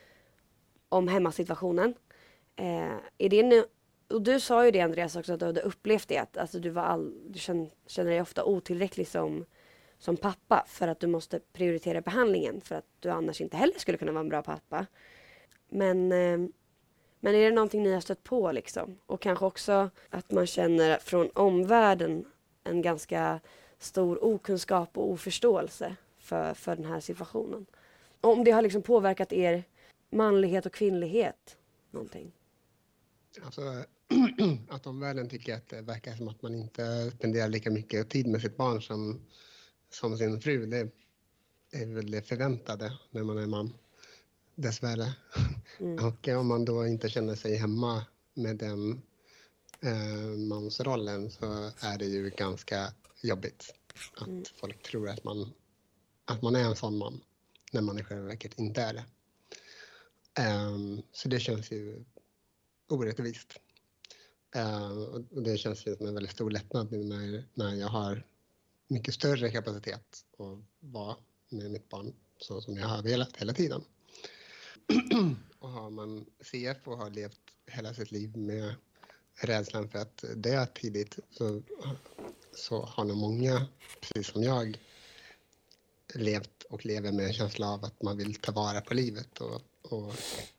om hemmasituationen. Eh, är det nu, och du sa ju det Andreas också att du hade upplevt det att alltså, du, var all, du känner, känner dig ofta otillräcklig som, som pappa för att du måste prioritera behandlingen för att du annars inte heller skulle kunna vara en bra pappa. Men... Eh, Men är det någonting ni har stött på liksom? Och kanske också att man känner från omvärlden en ganska stor okunskap och oförståelse för, för den här situationen. Om det har liksom påverkat er manlighet och kvinnlighet någonting? Alltså att omvärlden tycker att det verkar som att man inte spenderar lika mycket tid med sitt barn som, som sin fru. Det är väl det förväntade när man är man. Dessvärre. Mm. Och om man då inte känner sig hemma med den eh, mansrollen så är det ju ganska jobbigt att mm. folk tror att man, att man är en sån man när man i själva verket inte är det. Um, så det känns ju orättvist. Uh, och det känns ju som en väldigt stor lättnad när, när jag har mycket större kapacitet att vara med mitt barn så som jag har velat hela tiden. Och har man C F och har levt hela sitt liv med rädslan för att dö tidigt så, så har nog många, precis som jag, levt och lever med en känsla av att man vill ta vara på livet och, och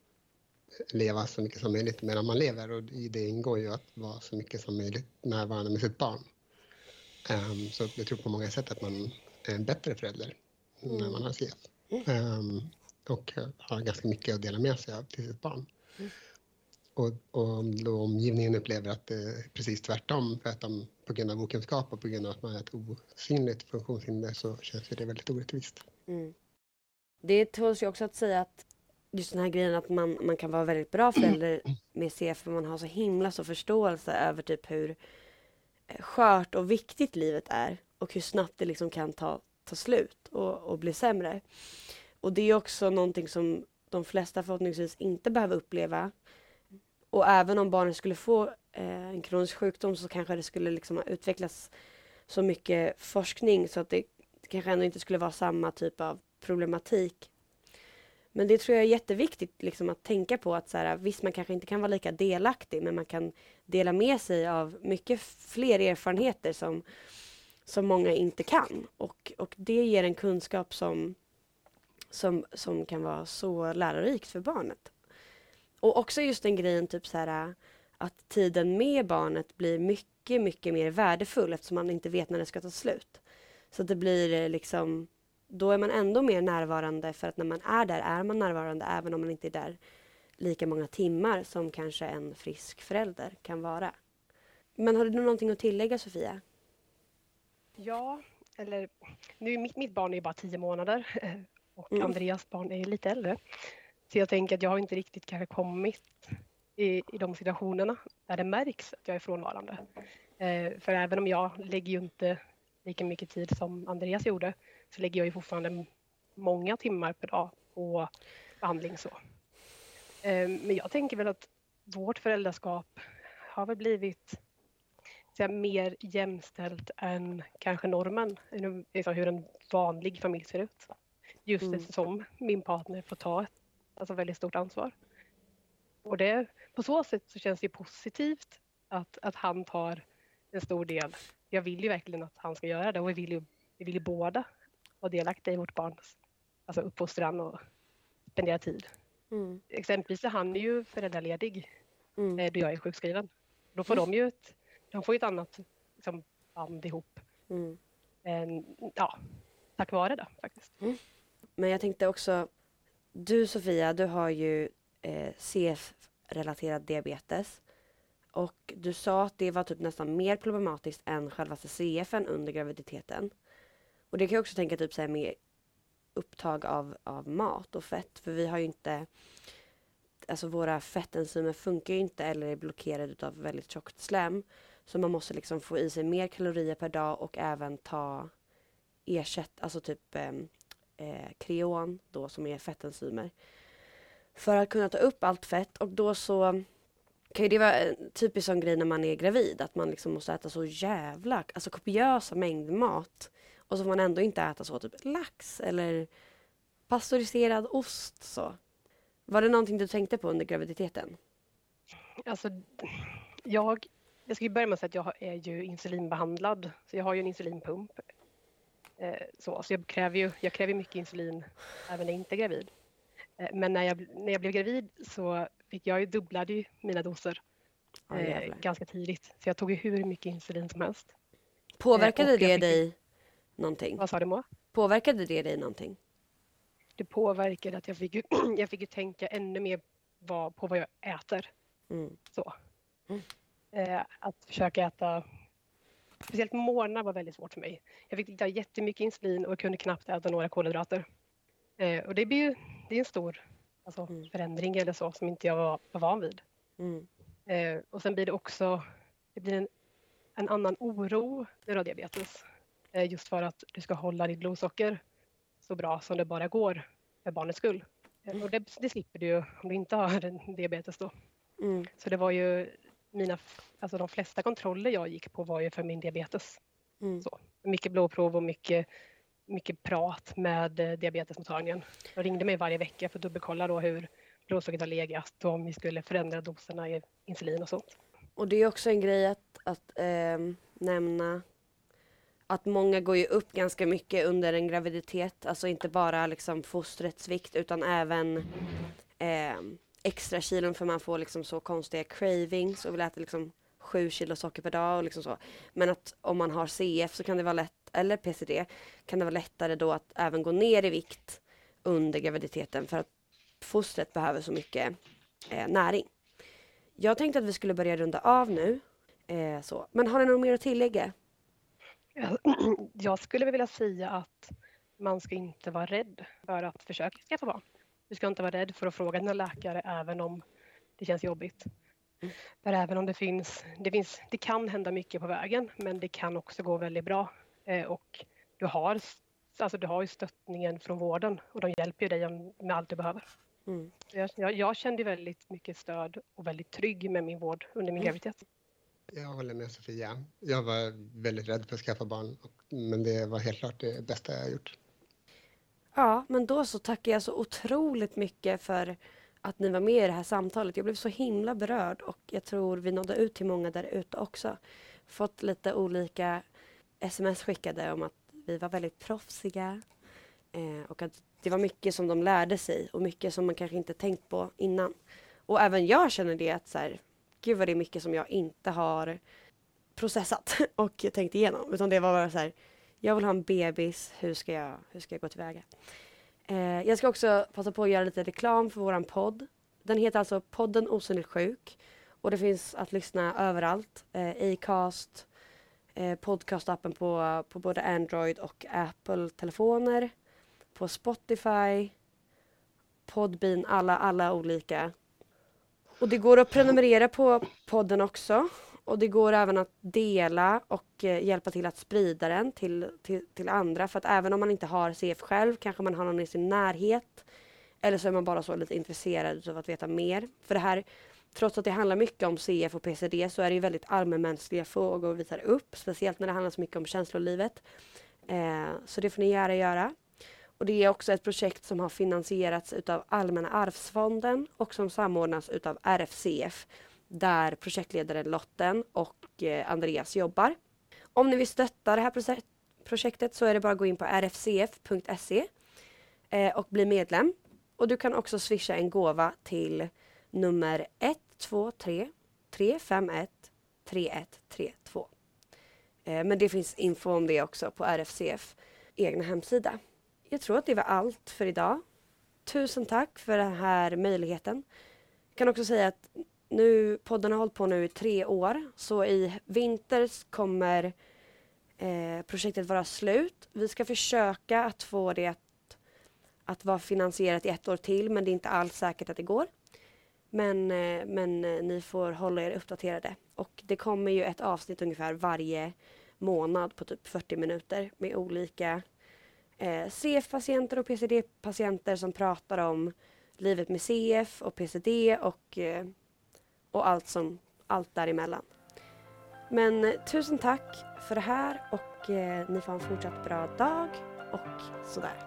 leva så mycket som möjligt medan man lever. Och i det ingår ju att vara så mycket som möjligt närvarande med sitt barn. Um, så jag tror på många sätt att man är en bättre förälder mm. när man har C F. Um, och har ganska mycket att dela med sig av till sitt barn. och, och om då omgivningen upplever att det är precis tvärtom för att de på grund av okunskap och på grund av att man har ett osynligt funktionshinder så känns det väldigt orättvist. Mm. Det tåls ju också att säga att just den här grejen att man, man kan vara väldigt bra förälder med C F för man har så himla så förståelse över typ hur skört och viktigt livet är och hur snabbt det liksom kan ta, ta slut och, och bli sämre. Och det är också någonting som de flesta förhoppningsvis inte behöver uppleva. Och även om barnet skulle få eh, en kronisk sjukdom så kanske det skulle liksom utvecklas så mycket forskning så att det kanske ändå inte skulle vara samma typ av problematik. Men det tror jag är jätteviktigt liksom, att tänka på att så här, visst man kanske inte kan vara lika delaktig men man kan dela med sig av mycket fler erfarenheter som, som många inte kan. Och, och det ger en kunskap som, som, som kan vara så lärorikt för barnet. Och också just den grejen typ så här, att tiden med barnet blir mycket, mycket mer värdefull eftersom man inte vet när det ska ta slut. Så det blir liksom, då är man ändå mer närvarande för att när man är där är man närvarande även om man inte är där lika många timmar som kanske en frisk förälder kan vara. Men har du någonting att tillägga, Sofia? Ja, eller nu är mitt, mitt barn är bara tio månader och Mm. Andreas barn är lite äldre. Så jag tänker att jag har inte riktigt kanske kommit i, i de situationerna där det märks att jag är frånvarande. Eh, för även om jag lägger ju inte lika mycket tid som Andreas gjorde så lägger jag ju fortfarande många timmar per dag på behandling så. Eh, men jag tänker väl att vårt föräldraskap har väl blivit så här, mer jämställt än kanske normen, liksom hur en vanlig familj ser ut. Just Mm. eftersom min partner får ta ett alltså, väldigt stort ansvar. Och det, på så sätt så känns det positivt att, att han tar en stor del. Jag vill ju verkligen att han ska göra det och vi vill ju, vi vill ju båda vara delaktiga i vårt barns alltså uppfostran och spendera tid. Mm. Exempelvis är han ju föräldraledig Mm. eh, då jag är sjukskriven. Då får de ju ett, de får ju ett annat liksom, band ihop. Mm. Eh, ja, tack vare det faktiskt. Men jag tänkte också, du Sofia, du har ju eh, C F-relaterad diabetes. Och du sa att det var typ nästan mer problematiskt än själva C F:en under graviditeten. Och det kan jag också tänka typ så här med upptag av, av mat och fett. För vi har ju inte, alltså våra fettenzymer funkar ju inte eller är blockerade av väldigt tjockt slem. Så man måste liksom få i sig mer kalorier per dag och även ta ersätt, alltså typ eh, eh, kreon då som är fettenzymer. För att kunna ta upp allt fett och då så kan ju det vara en typisk sån grej när man är gravid. Att man liksom måste äta så jävla, alltså kopiösa mängder mat. Och så får man ändå inte äta så typ lax eller pasteuriserad ost så. Var det någonting du tänkte på under graviditeten? Alltså, jag, jag ska ju börja med att säga att jag är ju insulinbehandlad. Så jag har ju en insulinpump. Eh, så så jag, kräver ju, jag kräver mycket insulin även när jag inte är gravid. Eh, men när jag, när jag blev gravid så fick jag ju dubblade ju mina doser Ja, eh, jävlar. ganska tidigt. Så jag tog ju hur mycket insulin som helst. Påverkade Eh, och jag det fick- dig någonting? Vad sa du, Moa? Påverkade det dig någonting? Det påverkade att jag fick ju, jag fick ju tänka ännu mer vad, på vad jag äter. Mm. Så. Mm. Eh, att försöka äta, speciellt morgnar var väldigt svårt för mig. Jag fick ta jättemycket insulin och jag kunde knappt äta några kolhydrater. Eh, och det blir ju, det är en stor alltså, Mm. förändring eller så som inte jag var, var van vid. Mm. Eh, och sen blir det också, det blir en, en annan oro när du har diabetes. Eh, just för att du ska hålla ditt blodsocker så bra som det bara går för barnets skull. Eh, och det, det slipper du ju om du inte har en diabetes då. Mm. Så det var ju mina, alltså de flesta kontroller jag gick på var ju för min diabetes. Mm. Så, mycket blodprov och mycket, mycket prat med eh, diabetesmottagningen. De ringde mig varje vecka för att dubbelkolla då hur blodsockret har legat och om vi skulle förändra doserna i insulin och sånt. Och det är också en grej att, att ehm, nämna att många går ju upp ganska mycket under en graviditet. Alltså inte bara liksom fostrets vikt utan även ehm, extra kilon för man får liksom så konstiga cravings och vill äta liksom sju kilo socker per dag och liksom så. Men att om man har C F så kan det vara lätt, eller P C D, kan det vara lättare då att även gå ner i vikt under graviditeten för att fostret behöver så mycket eh, näring. jag tänkte att vi skulle börja runda av nu. Eh, så. Men har ni något mer att tillägga? Jag skulle vilja säga att man ska inte vara rädd för att försöka skaffa barn. Du ska inte vara rädd för att fråga dina läkare även om det känns jobbigt. Mm. För även om det finns, det finns, det kan hända mycket på vägen, men det kan också gå väldigt bra. Eh, och du har, alltså du har ju stöttningen från vården och de hjälper ju dig med allt du behöver. Mm. Jag, jag, jag kände väldigt mycket stöd och väldigt trygg med min vård under min graviditet. Jag håller med Sofia. Jag var väldigt rädd för att skaffa barn, men det var helt klart det bästa jag har gjort. Ja, men då så tackar jag så otroligt mycket för att ni var med i det här samtalet. Jag blev så himla berörd och jag tror vi nådde ut till många där ute också. Fått lite olika sms skickade om att vi var väldigt proffsiga eh, och att det var mycket som de lärde sig och mycket som man kanske inte tänkt på innan. Och även jag känner det att så här, gud vad det är mycket som jag inte har processat och tänkt igenom. Utan det var bara så här, jag vill ha en bebis, hur ska jag, hur ska jag gå tillväga? Eh, jag ska också passa på att göra lite reklam för våran podd. Den heter alltså podden Osynligt sjuk. Och det finns att lyssna överallt. Eh, Acast, eh, podcastappen på, på både Android och Apple-telefoner. På Spotify, Podbean, alla, alla olika. Och det går att prenumerera på podden också. Och det går även att dela och eh, hjälpa till att sprida den till, till, till andra. För att även om man inte har C F själv kanske man har någon i sin närhet. Eller så är man bara så lite intresserad av att veta mer. För det här, trots att det handlar mycket om C F och P C D så är det ju väldigt allmänmänskliga frågor vi tar upp. Speciellt när det handlar så mycket om känslolivet. Eh, så det får ni gärna göra. Och det är också ett projekt som har finansierats utav Allmänna arvsfonden och som samordnas utav R F C F. Där projektledaren Lotten och eh, Andreas jobbar. Om ni vill stötta det här proce- projektet så är det bara att gå in på r f c f punkt se eh, och bli medlem. Och du kan också swisha en gåva till nummer ett två tre tre fem ett tre ett tre två. Eh, men det finns info om det också på R F C F egna hemsida. Jag tror att det var allt för idag. Tusen tack för den här möjligheten. Jag kan också säga att nu, podden har hållit på nu i tre år. Så i vinter kommer eh, projektet vara slut. Vi ska försöka att få det att, att vara finansierat i ett år till. Men det är inte alls säkert att det går. Men, eh, men eh, ni får hålla er uppdaterade. Och det kommer ju ett avsnitt ungefär varje månad på typ fyrtio minuter. Med olika eh, C F-patienter och P C D-patienter som pratar om livet med C F och P C D och... Eh, Och allt, som, allt däremellan. Men eh, tusen tack för det här och eh, ni får en fortsatt bra dag och sådär.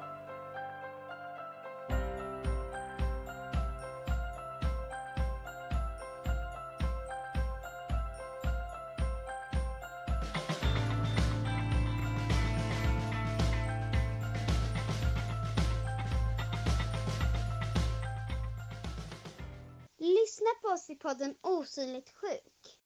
Lyssna på oss i podden Osynligt sjuk.